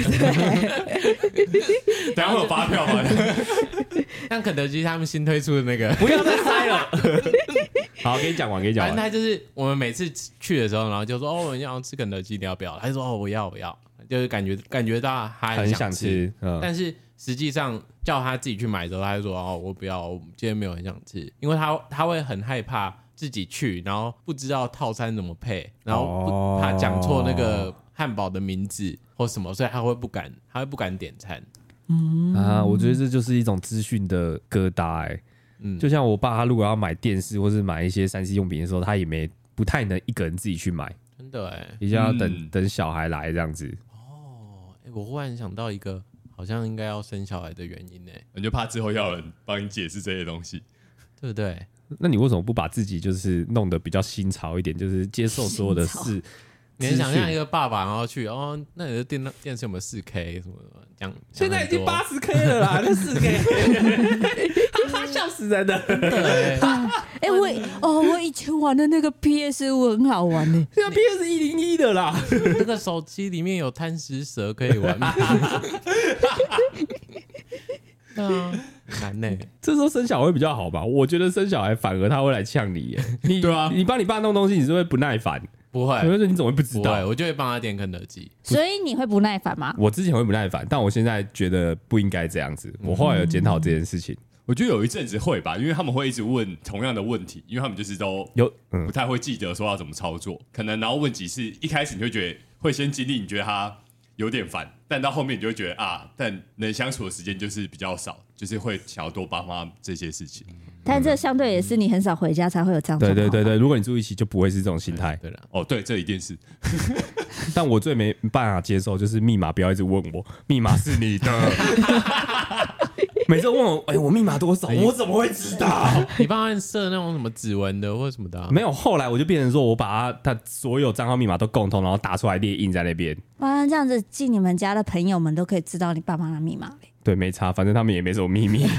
等下会有发票吗？ 像肯德基他们新推出的那个， 不要再塞了。好，给你讲完，给你讲完。 反正他就是我们每次去的时候，然后就说：“哦，我要吃肯德基，你要不要？”他就说：“哦，我要，我要。”就是感觉感觉到他很想吃， 想吃嗯、 但是实际上叫他自己去买的时候，他就说：“哦，我不要，我今天没有很想吃。”因为他他会很害怕自己去，然后不知道套餐怎么配，然后不怕讲错那个汉堡的名字或什么，所以他会不敢，他会不敢点餐。 嗯啊，我觉得这就是一种资讯的疙瘩哎、欸。嗯，就像我爸，他如果要买电视或是买一些三 C 用品的时候，他也没不太能一个人自己去买， 真的哎、欸， 比较要等、嗯、等小孩来这样子。 哦，哎、欸，我忽然想到一个好像应该要生小孩的原因哎、欸， 你就怕之后要有人帮你解释这些东西， 对不对？ 那你为什么不把自己就是弄得比较新潮一点，就是接受所有的事？ 你能想象一个爸爸然后去哦，那你的电电视有没有四 K 什么的？这样现在已经八十 K 了啦，那四 K， 笑死人了。 对， 哎，我哦，我以前玩的那个 P S 五很好玩呢， 现在 P S 一零一的啦， 这个手机里面有贪食蛇可以玩。对啊，难呢、欸。 这时候生小孩会比较好吧？我觉得生小孩反而他会来呛你耶。你对啊， 你帮你爸弄东西，你是会不耐烦？ 不会， 我就说你怎么会不知道？ 不会，我就会帮他点肯德基。 所以你会不耐烦吗？ 我之前会不耐烦，但我现在觉得不应该这样子。我后来有检讨这件事情。 我觉得有一阵子会吧，因为他们会一直问同样的问题，因为他们就是都有不太会记得说要怎么操作，可能然后问几次，一开始你会觉得会先经历，你觉得他有点烦，但到后面你就会觉得啊，但能相处的时间就是比较少，就是会想要多帮他这些事情。 但这相对也是你很少回家才会有这样状况。 对对对对，如果你住一起就不会是这种心态。 对了， 哦，对，这一定是。 但我最没办法接受就是密码不要一直问我，密码是你的。每次问我，哎、欸，我密码多少？我怎么会知道？ 你帮他设那种什么指纹的或者什么的、啊？ 没有，后来我就变成说我把他他所有账号密码都共通，然后打出来列印在那边。 哇，这样子进你们家的朋友们都可以知道你爸妈的密码嘞。 对，没差，反正他们也没什么秘密。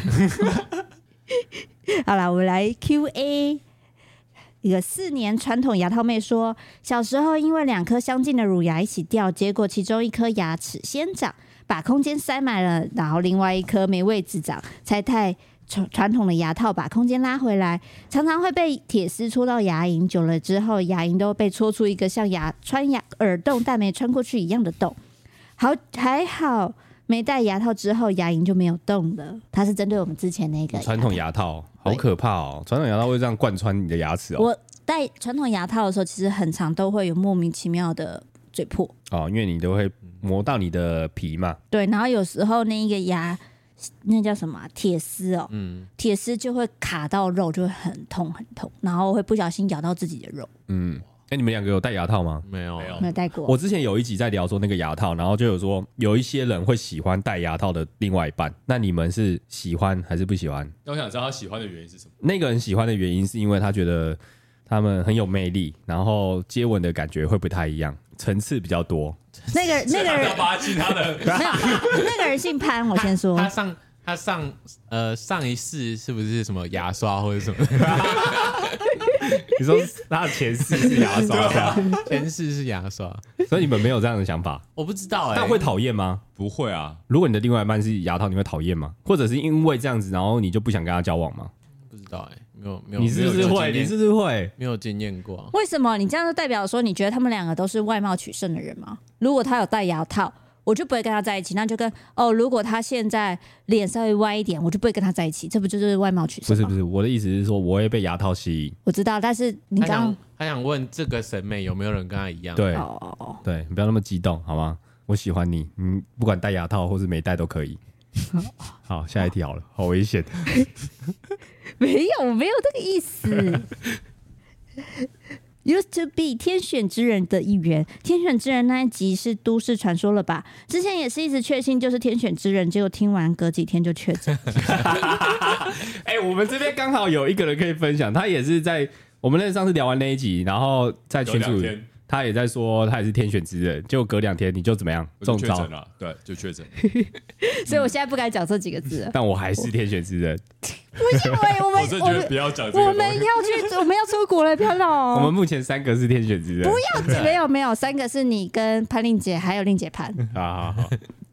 好啦，我们来 Q A。一个四年传统牙套妹说，小时候因为两颗相近的乳牙一起掉，结果其中一颗牙齿先长，把空间塞满了，然后另外一颗没位置长，才太传统的牙套把空间拉回来，常常会被铁丝戳到牙龈，久了之后牙龈都被戳出一个像牙穿牙耳洞但没穿过去一样的洞。好，还好没戴牙套之后牙龈就没有动了。它是针对我们之前那个传统牙套，好可怕哦！传统牙套会这样贯穿你的牙齿哦。 我戴传统牙套的时候，其实很常都会有莫名其妙的嘴破哦，因为你都会磨到你的皮嘛。 对，然后有时候那一个牙，那叫什么铁丝哦，嗯，铁丝就会卡到肉，就会很痛很痛，然后会不小心咬到自己的肉。 嗯，哎、欸，你们两个有戴牙套吗？ 没有， 没有戴过。 我之前有一集在聊说那个牙套，然后就有说有一些人会喜欢戴牙套的另外一半，那你们是喜欢还是不喜欢？ 那我想知道他喜欢的原因是什么？ 那个人喜欢的原因是因为他觉得他们很有魅力，然后接吻的感觉会不太一样，层次比较多。 那个那个人， 他进他的没有，那个人姓潘，我先说。 他上他上呃上一世是不是什么牙刷或者什么？ 你说他的前世是牙刷， 前世是牙刷， 所以你们没有这样的想法？ 我不知道哎、欸。 那会讨厌吗？ 不会啊。 如果你的另外一半是牙套，你会讨厌吗？或者是因为这样子，然后你就不想跟他交往吗？ 不知道哎、欸，没有没有。 你是不是会？你是不是会？ 没有经验过、啊。 为什么？你这样就代表说，你觉得他们两个都是外貌取胜的人吗？如果他有戴牙套，我就不会跟他在一起，那就跟哦，如果他现在脸稍微歪一点，我就不会跟他在一起，这不就是外貌取胜吗？ 不是不是，我的意思是说，我会被牙套吸引。 我知道，但是你刚刚他想问这个审美有没有人跟他一样？ 对， 哦、 对，你不要那么激动好吗？我喜欢你，你不管戴牙套或是没戴都可以。好，下一题好了，好危险。 没有，没有这个意思。Used to be 天选之人的一员，天选之人那一集是都市传说了吧？之前也是一直确信就是天选之人，结果听完隔几天就确诊。 哎、欸，我们这边刚好有一个人可以分享，他也是在我们那上次聊完那一集，然后在群组他也在说他也是天选之人，结果隔两天你就怎么样中招了？对，就确诊。 所以我现在不该讲这几个字了， 但我还是天选之人。 不行，我们我真的觉得不要讲这个。 我们要去，我们要出国了，漂亮。 我们目前三个是天选之人， 不要，没有没有，三个是你跟潘令姐还有令姐潘。 好好好。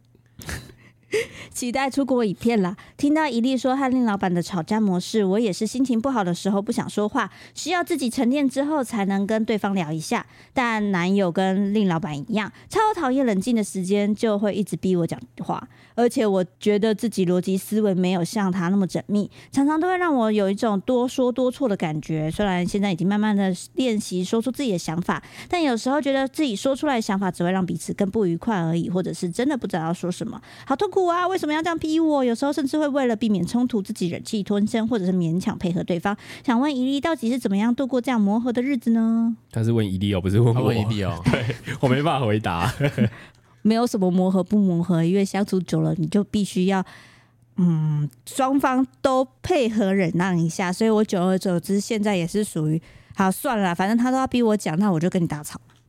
期待出国影片啦！听到一粒说和令老板的吵架模式，我也是心情不好的时候不想说话，需要自己沉淀之后才能跟对方聊一下。但男友跟令老板一样，超讨厌冷静的时间，就会一直逼我讲话。而且我觉得自己逻辑思维没有像他那么缜密，常常都会让我有一种多说多错的感觉。虽然现在已经慢慢的练习说出自己的想法，但有时候觉得自己说出来的想法只会让彼此更不愉快而已，或者是真的不知道要说什么，好痛苦啊！为什么要这样逼我？有时候甚至会为了避免冲突，自己忍气吞声，或者是勉强配合对方。想问伊利，到底是怎么样度过这样磨合的日子呢？ 他是问伊利哦，不是问我。 问伊利哦， 对我没办法回答。 没有什么磨合不磨合，因为相处久了，你就必须要，嗯，双方都配合忍让一下。所以我久而久之，现在也是属于，好算了啦，反正他都要逼我讲，那我就跟你大吵。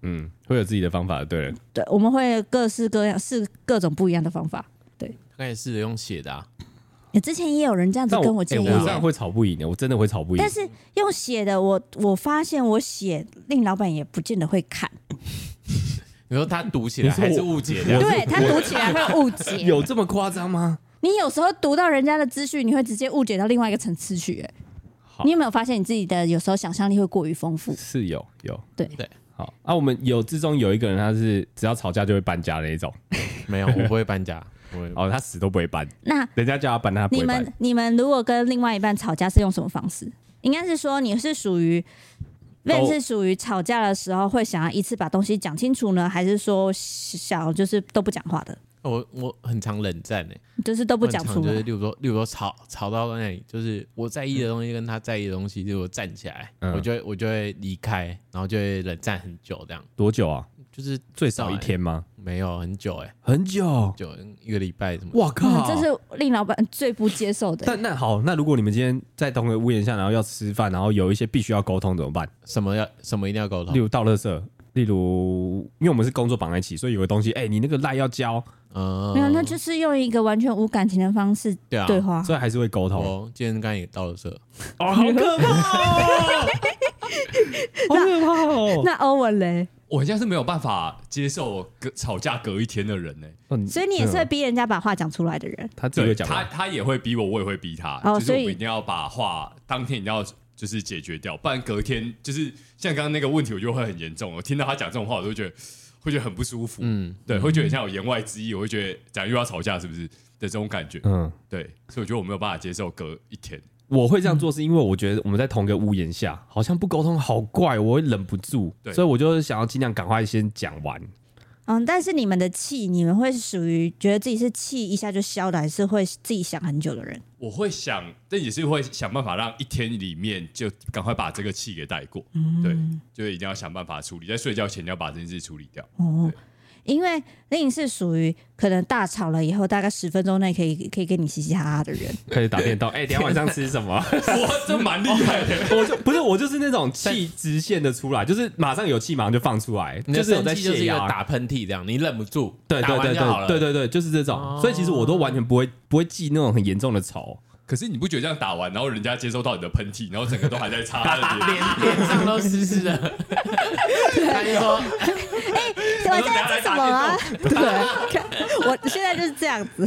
嗯，会有自己的方法，对了。 对，我们会各式各样，是各种不一样的方法。对， 他可以试着用写的啊。 之前也有人这样子跟我建议、 欸，我这样会吵不赢的，我真的会吵不赢。 但是用写的，我我发现我写令老板也不见得会看。 你说他读起来还是误解的？ 对，他读起来会误解。 有这么夸张吗？ 你有时候读到人家的资讯，你会直接误解到另外一个层次去、欸。你有没有发现你自己的有时候想象力会过于丰富？ 是有有对对。 好啊，我们有之中有一个人，他是只要吵架就会搬家的那种。 没有，我不会搬家。 哦，他死都不会搬。 那人家叫他搬，他不会搬。 你们你们如果跟另外一半吵架是用什么方式？应该是说你是属于，类是属于吵架的时候会想要一次把东西讲清楚呢，还是说小就是都不讲话的？ 我我很常冷战诶、欸， 就是都不讲出来。 就是例如说，例如说吵吵到那里，就是我在意的东西跟他在意的东西，就我站起来，嗯、我就会我就会离开，然后就会冷战很久这样。 多久啊？ 就是最少一天吗？ 没有，很久哎、欸， 很久， 久一个礼拜什么？ 哇靠、 嗯！这是令老板最不接受的、欸。 但那好，那如果你们今天在同一个屋檐下，然后要吃饭，然后有一些必须要沟通怎么办？ 什么要什么一定要沟通？ 例如倒垃圾，例如因为我们是工作绑在一起，所以有个东西，哎、欸，你那个赖要交， 嗯， 没有，那就是用一个完全无感情的方式对话， 啊、所以还是会沟通。 我今天刚才也倒垃圾， 哦，好可怕哦，好可怕哦。 那欧文嘞？ 我好像是没有办法接受隔吵架隔一天的人呢、 欸，所以你也是会逼人家把话讲出来的人。 他自己会讲， 他他也会逼我，我也会逼他。哦、就是我们一定要把话当天一定要就是解决掉，不然隔天就是像刚刚那个问题，我就会很严重。我听到他讲这种话，我就会觉得会觉得很不舒服。嗯，对，会觉得像有言外之意，我会觉得讲又要吵架是不是的这种感觉？嗯，对，所以我觉得我没有办法接受隔一天。 我会这样做是因为我觉得我们在同一个屋檐下，好像不沟通好怪，我会忍不住，所以我就想要尽量赶快先讲完。 嗯，但是你们的气，你们会属于觉得自己是气一下就消的，还是会自己想很久的人？ 我会想，但也是会想办法让一天里面就赶快把这个气给带过。嗯、对，就一定要想办法处理，在睡觉前要把这件事处理掉。哦。 因为令是属于可能大吵了以后，大概十分钟内可以可以跟你嘻嘻哈哈的人， 开始打电动。哎、欸，等一下晚上吃什么？ 哇，这蛮厉害的。 我就不是我就是那种气直线的出来，就是马上有气马上就放出来，就是有在泄压， 打喷嚏这样，你忍不住， 对对对对对对对，就是这种。哦、所以其实我都完全不会不会记那种很严重的吵。 可是你不觉得这样打完，然后人家接收到你的喷嚏，然后整个都还在擦他的脸，脸脸上都湿湿的。他就说：“ 哎、欸，我现在吃什么啊？”对，我现在就是这样子。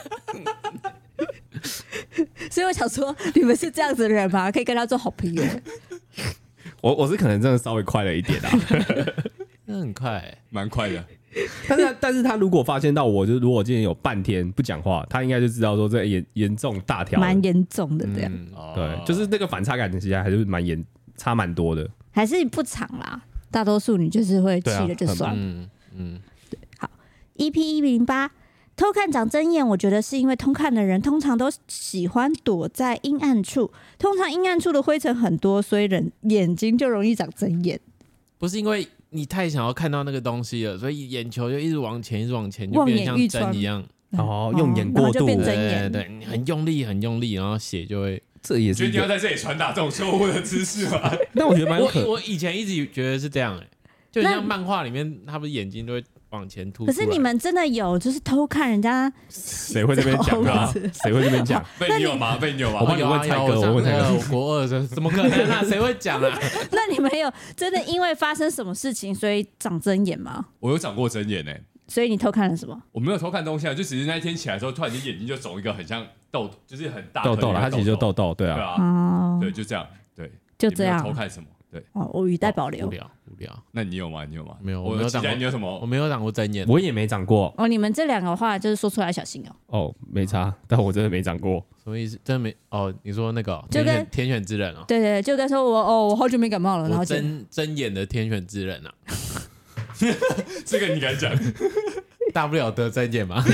所以我想说，你们是这样子的人吗？可以跟他做好朋友。 我我是可能真的稍微快了一点啊， 那很快、欸， 蛮快的。 但是，但是他如果发现到我，就如果今天有半天不讲话，他应该就知道说这严严重大条， 蛮严重的这样、嗯。 对，就是那个反差感其实还是蛮严，差蛮多的。 还是不长啦，大多数你就是会气了就算了。 嗯嗯， 对，好 ，E P 一零八偷看长针眼，我觉得是因为偷看的人通常都喜欢躲在阴暗处，通常阴暗处的灰尘很多，所以人眼睛就容易长针眼。 不是因为你太想要看到那个东西了，所以眼球就一直往前，一直往前，就变成像针一样。 哦，用眼过度， 就变针眼。 对对，你很用力，很用力，然后血就会。 这也是。 决定要在这里传达这种错误的知识吗？ 但我觉得蛮有可能。 我我以前一直觉得是这样哎、欸，就像漫画里面，他不是眼睛都会往前凸。 可是你们真的有就是偷看人家？ 谁会这边讲啊？谁会这边讲？ 被你有吗？被你有吗？ 我帮你问蔡哥，我问蔡哥， 国二生怎么可能啊？谁会讲啊？ 那你们有真的因为发生什么事情所以长针眼吗？ 我有长过针眼诶、欸。 所以你偷看了什么？ 我没有偷看东西啊，就只是那一天起来的时候，突然间眼睛就肿一个很像痘，就是很大痘痘了。它其实就痘痘，对啊， 对啊，哦、对，就这样，对， 就这样。 偷看什么？对， 哦，我语带保留。 无聊，无聊。 那你有吗？你有吗？ 没有， 我没有长过。 你有什么？ 我没有长过针眼， 我也没长过。 哦，你们这两个话就是说出来小心哦。 哦，没差，但我真的没长过。 什么意思？真的没？哦，你说那个、哦、 就跟天选之人哦。 对对，就跟说我哦，我好久没感冒了，然后针针眼的天选之人啊。 这个你敢讲？ 大不了得针眼嘛。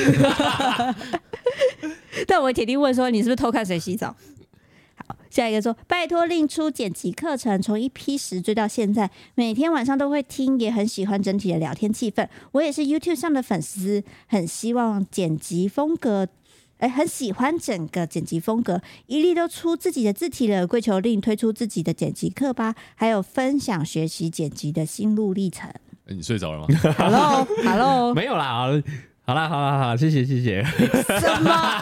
但我铁定问说，你是不是偷看谁洗澡？好，下一个说，拜托另出剪辑课程，从一批十追到现在，每天晚上都会听，也很喜欢整体的聊天气氛。我也是 YouTube 上的粉丝，很希望剪辑风格。哎，很喜欢整个剪辑风格，一律都出自己的字体了。跪求令推出自己的剪辑课吧，还有分享学习剪辑的心路历程。 欸、你睡着了吗 ？Hello Hello， 没有啦，好啦好啦好啦，谢谢谢谢。 什么？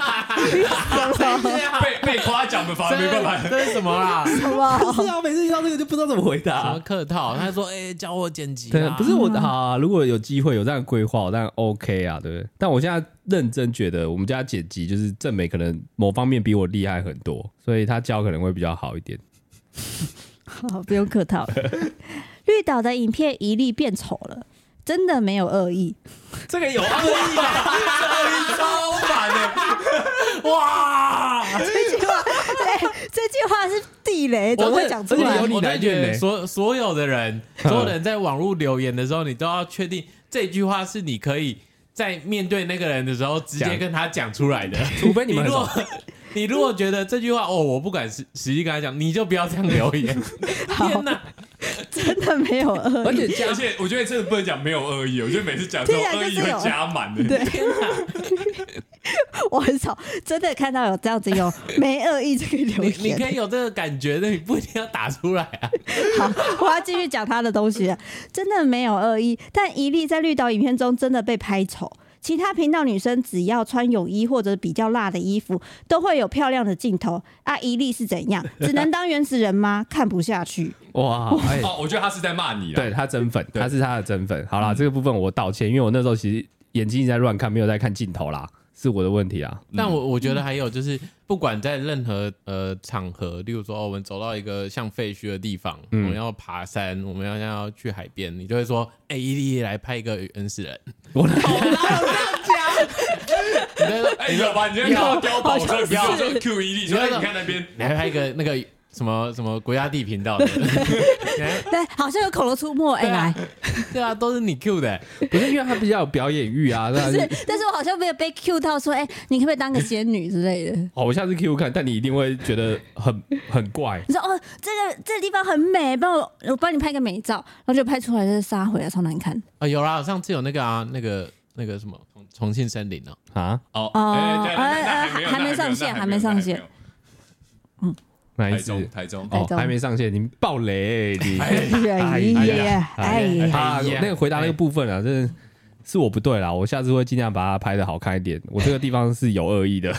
被被夸奖的反而没办法。 这是什么啦？ 什么？ 不是啊，每次遇到这个就不知道怎么回什么答。 客套？他说：“哎、欸，教我剪辑。” 对，不是我好、啊，如果有机会有这样的规划，我当然 OK 啊，对不对？但我现在认真觉得，我们家剪辑就是正美可能某方面比我厉害很多，所以他教可能会比较好一点。 好，不用客套。绿岛的影片一粒变丑了。真的没有恶意， 这个有恶意啊！ 恶意超满的，哇！ 这句话，对，这句话是地雷，怎么会讲出来？ 我就觉得所所有的人，所有人在网络留言的时候，你都要确定这句话是你可以在面对那个人的时候直接跟他讲出来的， 除非你们很熟。 你如果觉得这句话哦，我不敢实实际跟他讲，你就不要这样留言。天哪， 真的没有恶意， 而且而且我觉得真的不能讲没有恶意，我觉得每次讲这种恶意会加满的。 对，天哪，我很少真的看到有这样子有没恶意这个留言。 你, 你可以有这个感觉的，你不一定要打出来啊。 好，我要继续讲他的东西了。真的没有恶意，但一粒在绿岛影片中真的被拍丑。其他频道女生只要穿泳衣或者比较辣的衣服，都会有漂亮的镜头。啊，一粒是怎样？只能当原始人吗？看不下去。 哇！哎、 哦，我觉得他是在骂你啦。 对他真粉，他是他的真粉。好啦，嗯、这个部分我道歉，因为我那时候其实眼睛一直在乱看，没有在看镜头啦，是我的问题啊。 但我我觉得还有就是，不管在任何呃场合，例如说、哦、我们走到一个像废墟的地方，嗯、我们要爬山，我们要要去海边，你就会说：“哎、欸，一粒来拍一个原始人。” 我哪有这样讲？ 哎、欸，有吧？你今天看到碉堡，所以不要说 Q 一粒，所以你看那边， 你还拍一个那个什么什么国家地频道的， 对，好像有恐龙出没，哎、欸，来， 对啊，都是你 Q 的、欸， 不是因为他比较有表演欲啊， 不是，但是我好像没有被 Q 到说，哎、欸，你可不可以当个仙女之类的？ 好，我下次 Q 看，但你一定会觉得很很怪。 你说哦，这个这个地方很美，帮我我帮你拍个美照，然后就拍出来就是杀回来，超难看。 啊，有啦，上次有那个啊，那个。那个什么重庆森林啊啊哦哦， 还没上线，还没上线。 嗯，哪一次？ 台中哦，还没上线，你爆雷！你哎呀哎呀， 那个回答那个部分啊，真的是我不对啦，我下次会尽量把它拍的好看一点。我这个地方是有恶意的。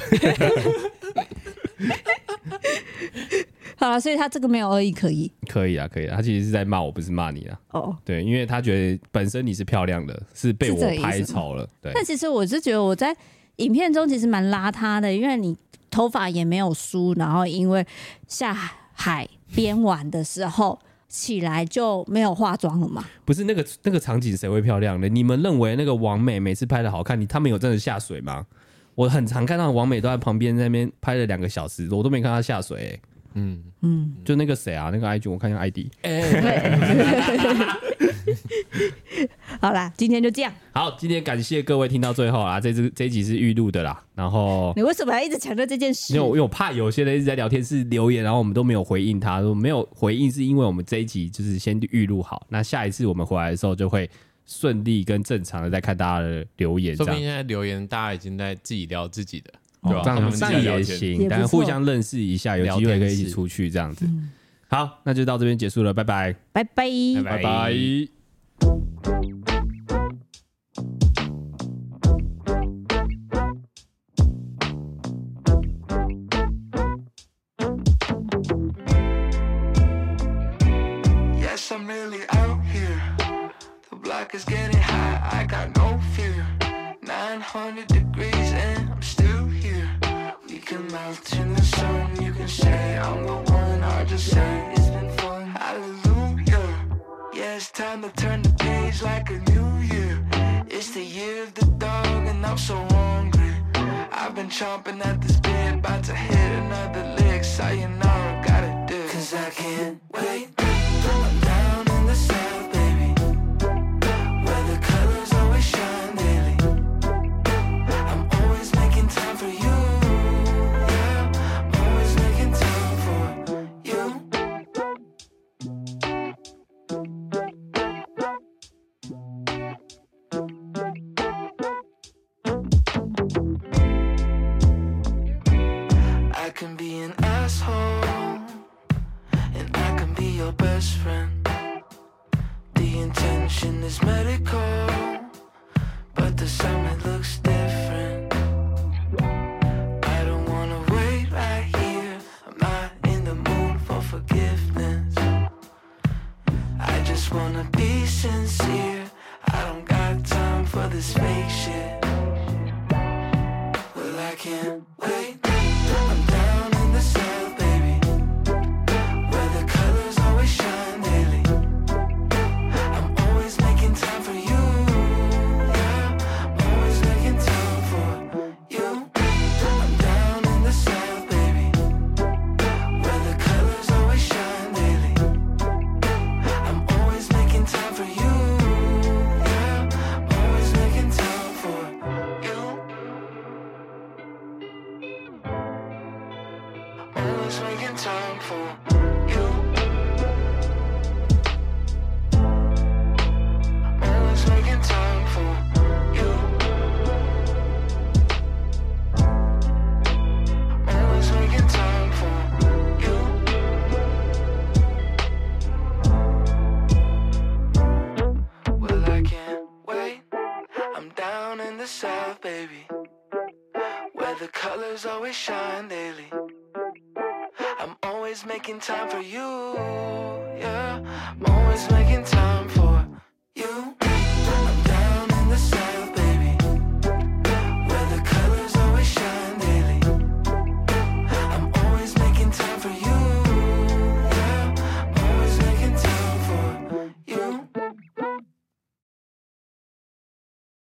好了，所以他这个没有恶意，可以， 可以啊，可以啊。他其实是在骂我，不是骂你啊。哦，对，因为他觉得本身你是漂亮的，是被我拍丑了。对， 但其实我是觉得我在影片中其实蛮邋遢的，因为你头发也没有梳，然后因为下海边玩的时候起来就没有化妆了嘛。 不是那个那个场景谁会漂亮的？你们认为那个王美每次拍的好看，你他们有真的下水吗？我很常看到王美都在旁边那边拍了两个小时，我都没看她下水、欸。嗯嗯，就那个谁啊，那个 I G 我看一下 I D。 好啦，今天就这样。 好，今天感谢各位听到最后啊，这支这一集是预录的啦。然后你为什么要一直强调这件事？ 因为我因为我怕有些人一直在聊天室留言，然后我们都没有回应他，说没有回应是因为我们这一集就是先预录好，那下一次我们回来的时候就会顺利跟正常的再看大家的留言。 说不定现在留言大家已经在自己聊自己的。 哦、这样这样也行，但互相认识一下，有机会可以一起出去这样子。嗯、好，那就到这边结束了，拜拜， 拜拜， 拜拜。Yes, I'm really out here. The block is getting hot. I got no fear. nine hundred degrees and I'm still here. We can melt in the sun. You can say I'm the one. Hard to say. It's been fun. Hallelujah. Yeah, it's time to turn the page like a new year. It's the year of the dog and I'm so hungry. I've been chomping at this bit, about to hit another lick. Sayonara, gotta do. Cause I can't wait. I'm down in the south, baby, where the colors always shine daily. I'm always making time for you. Yeah, I'm always making time for you. I can be an asshole, and I can be your best friend. Do intention is medical, but the summit looks different. I don't wanna wait right here. I'm not in the mood for forgiveness. I just wanna be sincere. I don't got time for this fake shit. Well, I can't wait. I'm down in the south, baby, where the colors always shine daily. I'm always making time for you, yeah. I'm always making time for you. I'm down in the south, baby, where the colors always shine daily. I'm always making time for you, yeah. I'm always making time for you. Always making time for you. Always making time for you. Always making time for you. Well, I can't wait. I'm down in the south, baby, where the colors always shine daily. I'm always making time for you, yeah. I'm always